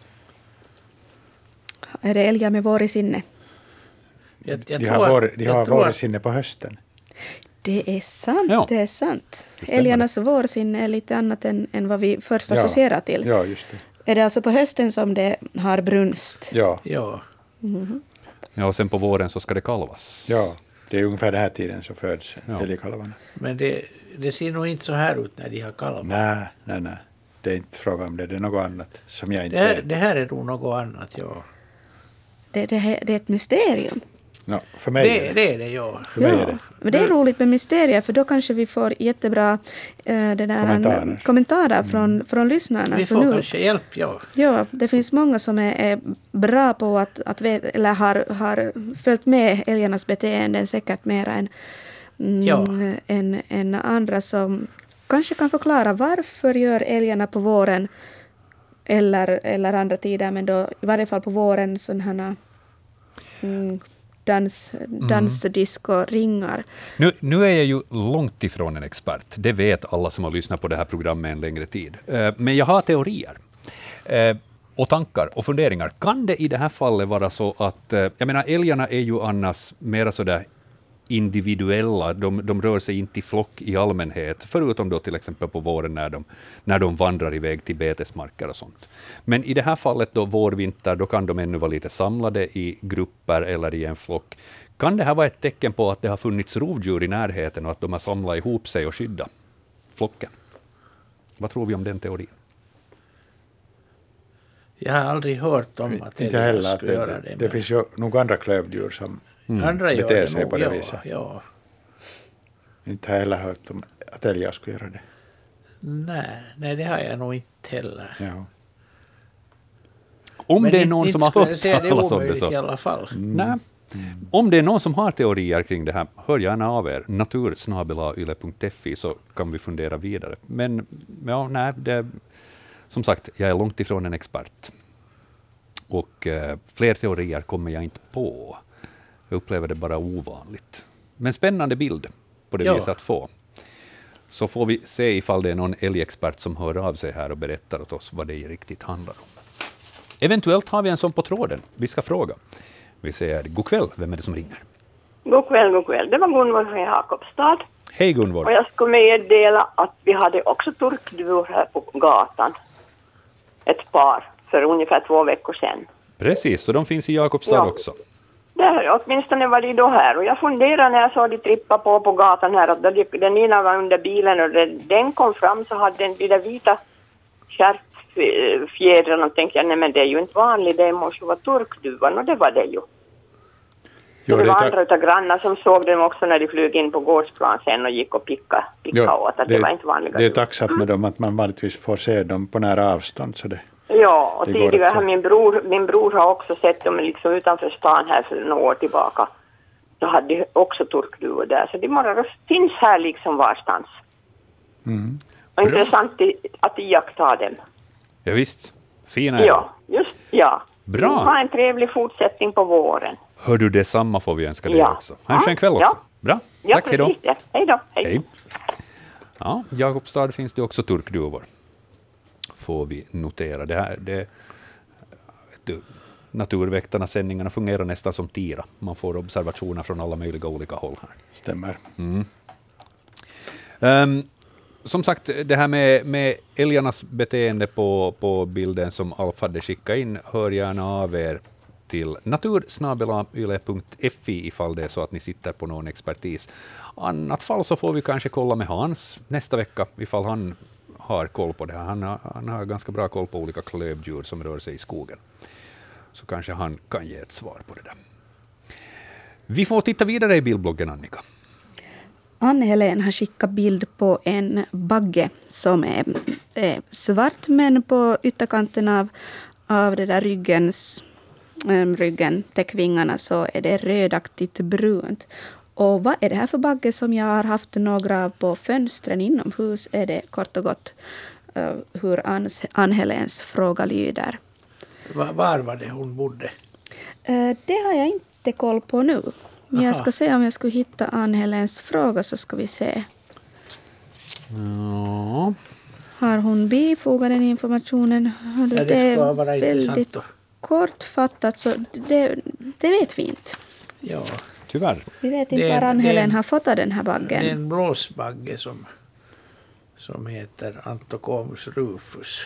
Är det älgar med vår i sinne? De har vårsinne på hösten. Det är sant, ja. Det är sant. Älgarnas vårsinne är lite annat än vad vi först associerar till. Ja, just det. Är det alltså på hösten som det har brunst? Ja. Mm-hmm. Ja, och sen på våren så ska det kalvas. Ja, det är ungefär den här tiden som föds älgkalvarna. Men det ser nog inte så här ut när de har kalvar. Nej. Det är inte fråga om det. Det är något annat som jag inte vet. Det här är nog något annat, ja. Det är ett mysterium. No, för mig det är det, ja. För mig är det. Men det är roligt med mysterier, för då kanske vi får jättebra kommentarer från lyssnarna. Vi får kanske hjälp, ja. Ja, det finns många som är bra på att veta, eller har följt med älgarnas beteenden säkert mer än andra som kanske kan förklara varför gör älgarna på våren eller andra tider, men då i varje fall på våren sådana dansdisco-ringar. Nu är jag ju långt ifrån en expert. Det vet alla som har lyssnat på det här programmet en längre tid. Men jag har teorier och tankar och funderingar. Kan det i det här fallet vara så att, jag menar, älgarna är ju annars mera sådär individuella, de rör sig inte i flock i allmänhet, förutom då till exempel på våren när de vandrar iväg till betesmarker och sånt. Men i det här fallet då vårvinter, då kan de ännu vara lite samlade i grupper eller i en flock. Kan det här vara ett tecken på att det har funnits rovdjur i närheten och att de har samlat ihop sig och skyddat flocken? Vad tror vi om den teorin? Jag har aldrig hört om att inte heller skulle göra det. Det finns ju nog andra klövdjur som beter sig på det viset. Ja. Inte har heller hört om att älgar skulle göra det. Nej, det har jag nog inte heller. Ja. Om det är någon som har hört talas om det så. I alla fall. Nej. Om det är någon som har teorier kring det här, hör gärna av er. natursnabelayle.fi, så kan vi fundera vidare. Men som sagt, jag är långt ifrån en expert. Och fler teorier kommer jag inte på. Jag upplever det bara ovanligt. Men spännande bild på det viset att få. Så får vi se ifall det är någon älgexpert som hör av sig här och berättar åt oss vad det riktigt handlar om. Eventuellt har vi en sån på tråden. Vi ska fråga. Vi säger god kväll. Vem är det som ringer? God kväll. Det var Gunvor från Jakobstad. Hej Gunvor. Och jag skulle meddela att vi hade också turkduvor här på gatan. Ett par för ungefär 2 veckor sedan. Precis, så de finns i Jakobstad också. Åtminstone var de då här. Och jag funderade när jag såg de trippa på gatan här. Att den ena var under bilen och den kom fram, så hade den de där vita skärpfjädrarna. Och tänkte jag, nej men det är ju inte vanligt, det måste vara turkduvan. Och det var det ju. Jo, det var andra utav grannar som såg dem också när de flög in på gårdsplan sen och gick och picka åt. Att det var inte vanliga. Det är tacksamt med dem att man vanligtvis får se dem på nära avstånd. Så det, ja, och tidigare har min bror har också sett dem liksom utanför stan här för några år tillbaka. Så hade de också turkduvor där. Så de finns här liksom varstans. Mm. Och intressant att iaktta dem. Ja, visst. Fina är ja, just ja. Bra. Ha en trevlig fortsättning på våren. Hör du, detsamma får vi önska dig också. Ha en skön kväll också. Bra, tack, hej då. Ja. Hej då. Hej. Ja, Jakobstad finns det också turkduvor. Får vi notera. Naturväktarnas sändningarna fungerar nästan som tira. Man får observationer från alla möjliga olika håll här. Stämmer. Som sagt, det här med älgarnas beteende på bilden som Alf hade skickat in, hör gärna av er till natursnabelayle.fi ifall det är så att ni sitter på någon expertis. Annat fall så får vi kanske kolla med Hans nästa vecka ifall han har koll på det här. Han har ganska bra koll på olika klövdjur som rör sig i skogen. Så kanske han kan ge ett svar på det där. Vi får titta vidare i bildbloggen, Annika. Anne-Helene har skickat bild på en bagge som är svart, men på ytterkanten av det där ryggen till vingarna så är det rödaktigt brunt. Och vad är det här för bagge som jag har haft några på fönstren inomhus, är det kort och gott hur Anne-Helenes fråga lyder. Var var det hon bodde? Det har jag inte koll på nu. Men jag ska se om jag skulle hitta Anne-Helens fråga, så ska vi se. Ja. Har hon bifogat den informationen? Det ska vara väldigt kortfattat, så det vet vi inte. Ja. Tyvärr. Vi vet inte var Anne-Helen har fått den här baggen. Det är en blåsbagge som heter Anthocomus rufus.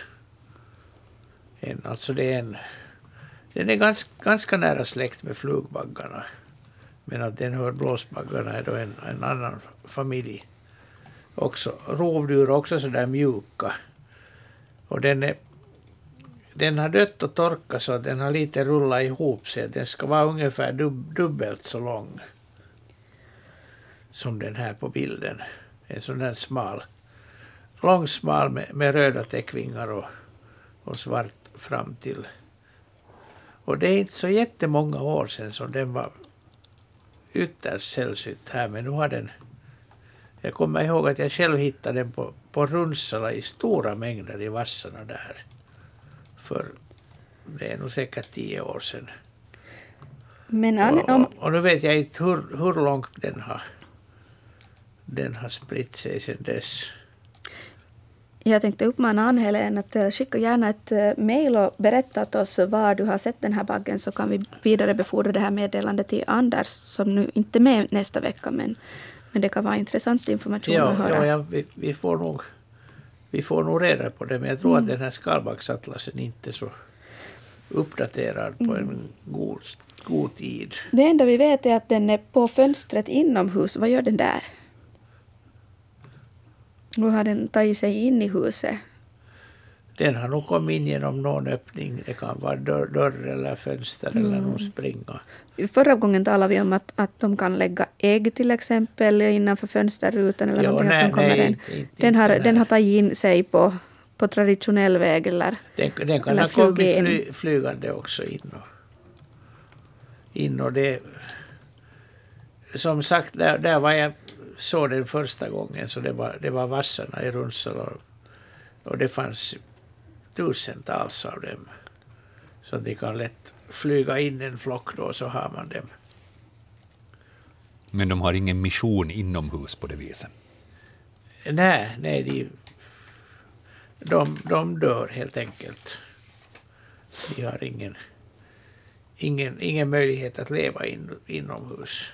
Den är ganska nära släkt med flugbaggarna. Men att den hör blåsbaggarna är då en annan familj. Också rovdjur, också sådär mjuka. Och den har dött och torkat så att den har lite rullat ihop sig. Den ska vara ungefär dubbelt så lång som den här på bilden. En sån där långsmal med röda täckvingar och svart fram till. Och det är inte så jättemånga år sedan som den var ytterst sällsynt här, men nu har den. Jag kommer ihåg att jag själv hittade den på Runsala i stora mängder i vassarna där. För det är nog säkert 10 år sedan. Men och nu vet jag inte hur långt den har spritt sig sedan dess. Jag tänkte uppmana Anne-Helene att skicka gärna ett mejl och berätta åt oss var du har sett den här baggen, så kan vi vidarebefordra det här meddelandet till Anders som nu inte är med nästa vecka, men det kan vara intressant information att höra. Ja, vi får nog reda på det, men jag tror att den här skalbaggsatlasen inte är så uppdaterad på en god tid. Det enda vi vet är att den är på fönstret inomhus. Vad gör den där? Nu har den tagit sig in i huset. Den har nog kommit in genom någon öppning. Det kan vara dörr eller fönster eller någon springa. Förra gången talade vi om att de kan lägga ägg till exempel innanför fönsterrutan. Eller den har tagit in sig på traditionell väg. Eller, den kan ha kommit flygande också in. Och det, som sagt, där var jag så den första gången, så det var vassarna i Runsala och det fanns tusentals av dem, så de kan lätt flyga in en flock då, så har man dem. Men de har ingen mission inomhus på det viset? Nej, de dör helt enkelt. De har ingen möjlighet att leva inomhus.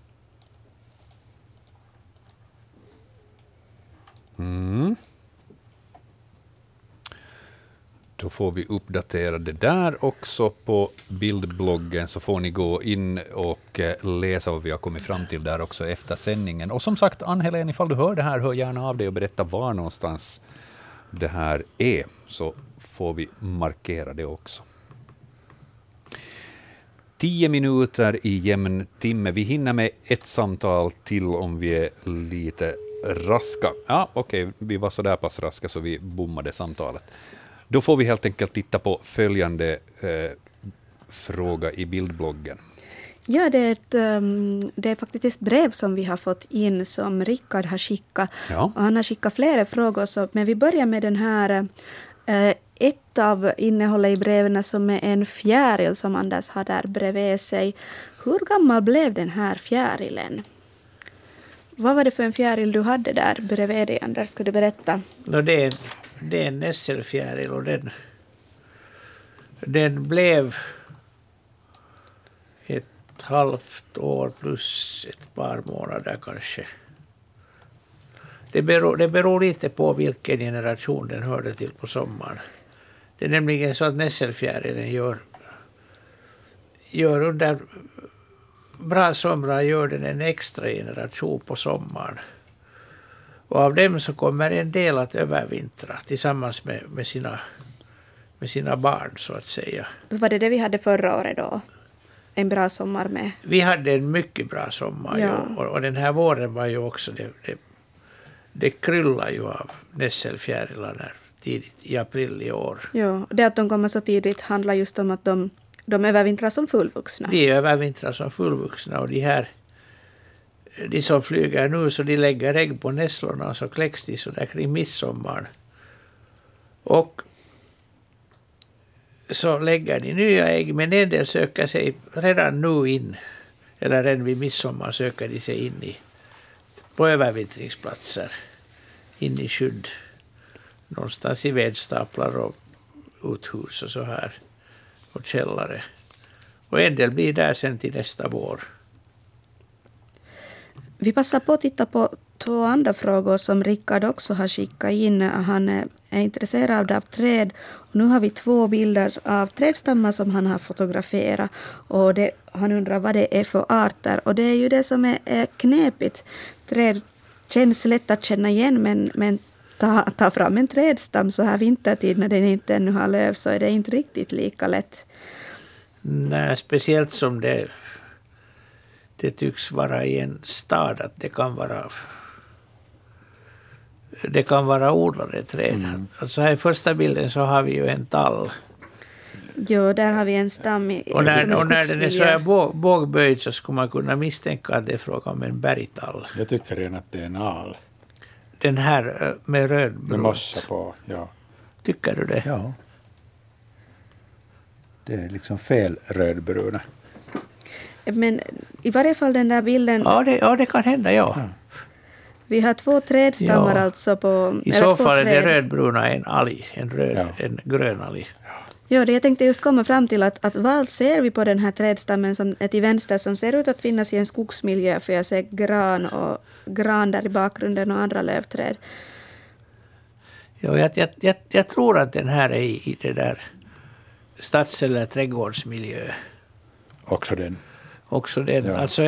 Då får vi uppdatera det där också på bildbloggen, så får ni gå in och läsa vad vi har kommit fram till där också efter sändningen. Och som sagt, Anne-Helene, ifall du hör det här, hör gärna av dig och berätta var någonstans det här är, så får vi markera det också. 10 minuter i jämn timme. Vi hinner med ett samtal till om vi är lite raska. Ja, okej, vi var så där pass raska så vi bommade samtalet. Då får vi helt enkelt titta på följande fråga i bildbloggen. Ja, det är faktiskt ett brev som vi har fått in som Rickard har skickat. Ja. Och han har skickat flera frågor, men vi börjar med den här. Ett av innehållet i breven som är en fjäril som Anders har där bredvid sig. Hur gammal blev den här fjärilen? Vad var det för en fjäril du hade där bredvid dig, Anders? Ska du berätta? Det är en nässelfjäril och den blev ett halvt år plus ett par månader kanske. Det beror lite på vilken generation den hörde till på sommaren. Det är nämligen så att nässelfjärilen gör under bra somrar gör den en extra generation på sommaren. Och av dem så kommer en del att övervintra tillsammans med sina barn så att säga. Var det vi hade förra året då? En bra sommar med? Vi hade en mycket bra sommar. Ja. Och den här våren var ju också det kryllar ju av nässelfjärilar tidigt i april i år. Ja, det att de kommer så tidigt handlar just om att de övervintrar som fullvuxna. De övervintrar som fullvuxna och de som flyger nu så de lägger ägg på nässlorna och så kläcks de så där kring midsommar. Och så lägger de nya ägg, men en del söker sig redan nu in, eller redan vid midsommar söker de sig in på övervintringsplatser, in i skydd, någonstans i vedstaplar och uthus och så här, och källare. Och en del blir där sen till nästa vår. Vi passar på att titta på 2 andra frågor som Rickard också har skickat in. Han är intresserad av träd. Och nu har vi 2 bilder av trädstammar som han har fotograferat. Och han undrar vad det är för arter. Och det är ju det som är knepigt. Träd känns lätt att känna igen, men ta fram en trädstam så här vintertid när den inte ännu har löv så är det inte riktigt lika lätt. Nej, speciellt som det tycks vara i en stad att det kan vara odlade träd. Mm. Alltså här i första bilden så har vi ju en tall. Jo, där har vi en stam och när den är så här bågböjd så skulle man kunna misstänka att det är fråga om en bergtall. Jag tycker redan att det är en al. Den här med rödbrun. Med mossa på, ja. Tycker du det? Ja. Det är liksom fel rödbruna. Men i varje fall den där bilden... Ja, det kan hända, ja. Vi har 2 trädstammar alltså på... I så fall är det rödbruna en alg, en grön alg. Ja, jag tänkte just komma fram till att vad ser vi på den här trädstammen som är till vänster som ser ut att finnas i en skogsmiljö, för jag ser gran där i bakgrunden och andra lövträd. Ja, jag tror att den här är i det där stads- eller trädgårdsmiljö. Också den. Ja. Alltså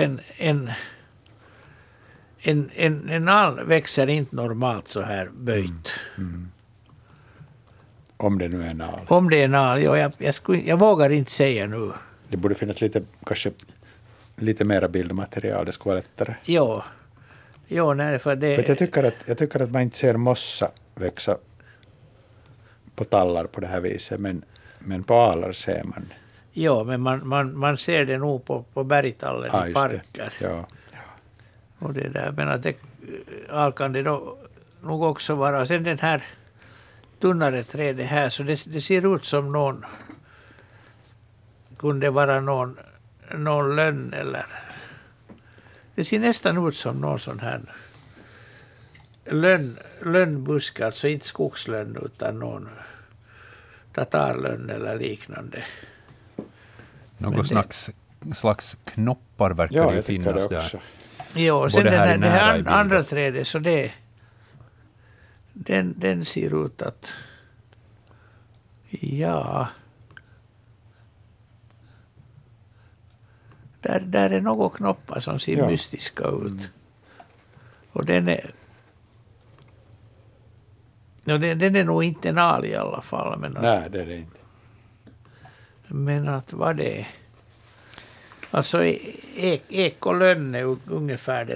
en all växer inte normalt så här böjt. Mm. Om det nu är en al. Om det är en al, ja, jag vågar inte säga nu. Det borde finnas kanske lite mera bildmaterial, det skulle vara lättare. Ja, nej, för det... För jag tycker att man inte ser mossa växa på tallar på det här viset, men på alar ser man. Ja, men man ser det nog på bergtallen i parker. Ja. Och det där, men att al kan det då nog också vara. Sen den här tunnare trädet här, så det ser ut som kunde vara någon lönn eller... Det ser nästan ut som någon sån här lönnbusk, alltså inte skogslönn utan någon tatarlönn eller liknande. Något slags knoppar verkar det finnas där. Ja, sen det här andra trädet, så den ser ut att... Ja... Där är några knoppar som ser mystiska ut. Mm. Och den är nog inte en al i alla fall. Nej, det är det inte. Men att vad det är... Alltså ek och lönn är ungefär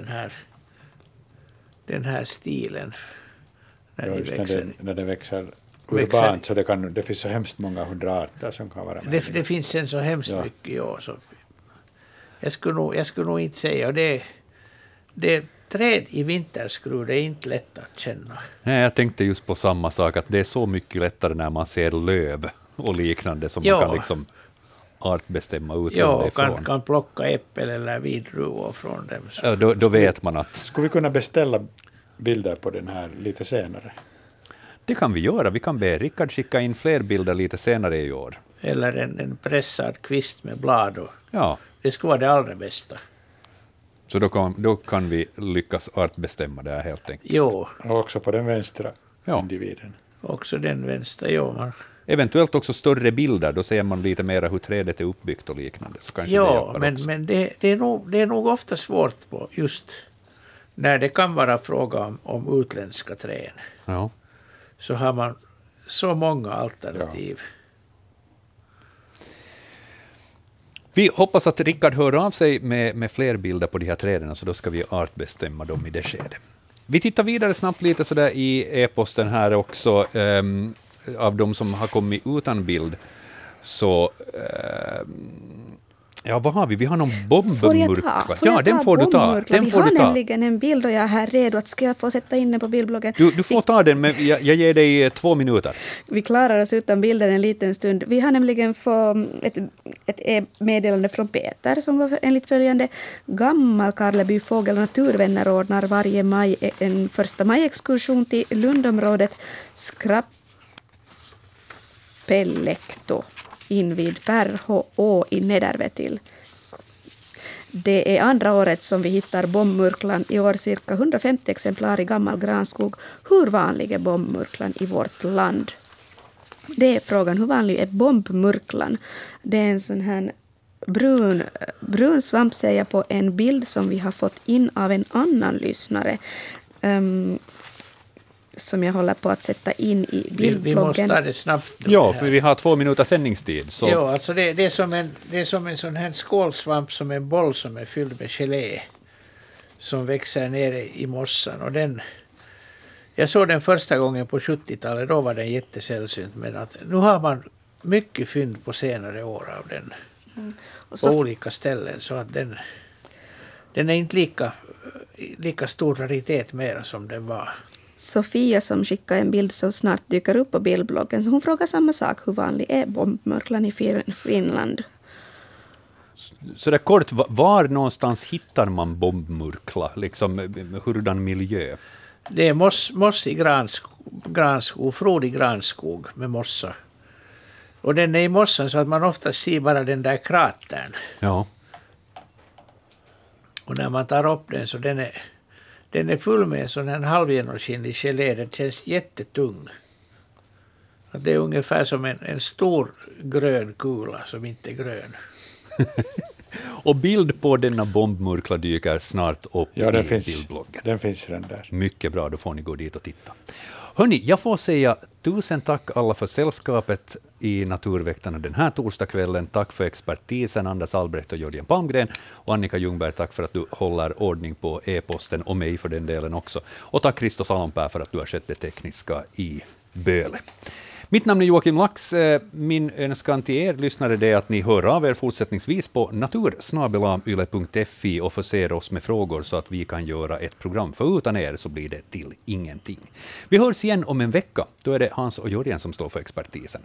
den här stilen. När det växer urbant så det finns så hemskt många 100 arter som kan vara med. Det finns en så hemskt mycket, ja. Så jag skulle nog inte säga, det träd i vinterskrud, det är inte lätt att känna. Nej, jag tänkte just på samma sak, att det är så mycket lättare när man ser löv och liknande som man kan liksom artbestämma ut. Ja, kan plocka äppel eller vindruvor från dem. Ja, då vet man att... Skulle vi kunna beställa bilder på den här lite senare? Det kan vi göra. Vi kan be Rickard skicka in fler bilder lite senare i år. Eller en pressad kvist med blad. Ja. Det skulle vara det allra bästa. Så då kan vi lyckas artbestämma det här helt enkelt. Jo. Och också på den vänstra individen. Också den vänstra, jo. Eventuellt också större bilder, då ser man lite mer hur trädet är uppbyggt och liknande. Så kanske men det är nog ofta svårt på just när det kan vara fråga om utländska träd. Ja. Så har man så många alternativ. Ja. Vi hoppas att Rickard hör av sig med fler bilder på de här träden, så då ska vi artbestämma dem i det skedet. Vi tittar vidare snabbt lite så där i e-posten här också. Av de som har kommit utan bild, så vad har vi? Vi har någon bombmurkla. Ja, den får du ta. Vi har nämligen en bild och jag är här redo att ska jag få sätta in den på bildbloggen. Du får ta den, men jag ger dig 2 minuter. Vi klarar oss utan bilden en liten stund. Vi har nämligen fått ett meddelande från Peter som går enligt följande. Gammal Karleby fågel- och naturvänner ordnar varje maj en 1 maj-exkursion till Lundområdet Skrappellekto invid Perhå i Nedervetil. Det är andra året som vi hittar bombmurklan, i år cirka 150 exemplar i gammal granskog. Hur vanlig är bombmurklan i vårt land? Det är frågan, hur vanlig är bombmurklan? Det är en sån här brun svamp, säger jag på en bild som vi har fått in av en annan lyssnare. Som jag håller på att sätta in i bildbloggen. Vi måste ta det snabbt. Ja, för vi har 2 minuter sändningstid. Så. Ja, alltså det är som en sån här skålsvamp, som en boll som är fylld med gelé som växer nere i mossan. Och jag såg den första gången på 70-talet, då var den jättesällsynt, men att nu har man mycket fynd på senare år av den på olika ställen, så att den är inte lika stor raritet mer som den var. Sofia som skickar en bild som snart dyker upp på bildbloggen. Så hon frågar samma sak. Hur vanlig är bombmurklan i Finland? Så där kort, var någonstans hittar man bombmurkla? Liksom, hurdan miljö? Det är mossig granskog, frodig granskog med mossa. Och den är i mossan så att man ofta ser bara den där kratern. Ja. Och när man tar upp den så den är full med en sån här halvgenomskinlig gelé. Den känns jättetung. Det är ungefär som en stor grön kula som inte är grön. Och bild på denna bombmurkla dyker snart upp i bildbloggen. Den finns redan där. Mycket bra, då får ni gå dit och titta. Hörni, jag får säga 1000 tack alla för sällskapet i Naturväktarna den här torsdagskvällen. Tack för expertisen, Anders Albrecht och Jörgen Palmgren. Och Annika Ljungberg, tack för att du håller ordning på e-posten och mig för den delen också. Och tack Christos Salonpää för att du har skött det tekniska i Böle. Mitt namn är Joakim Lax. Min önskan till er lyssnare är att ni hör av er fortsättningsvis på natur@yle.fi och förser oss med frågor så att vi kan göra ett program. För utan er så blir det till ingenting. Vi hörs igen om en vecka. Då är det Hans och Jörgen som står för expertisen.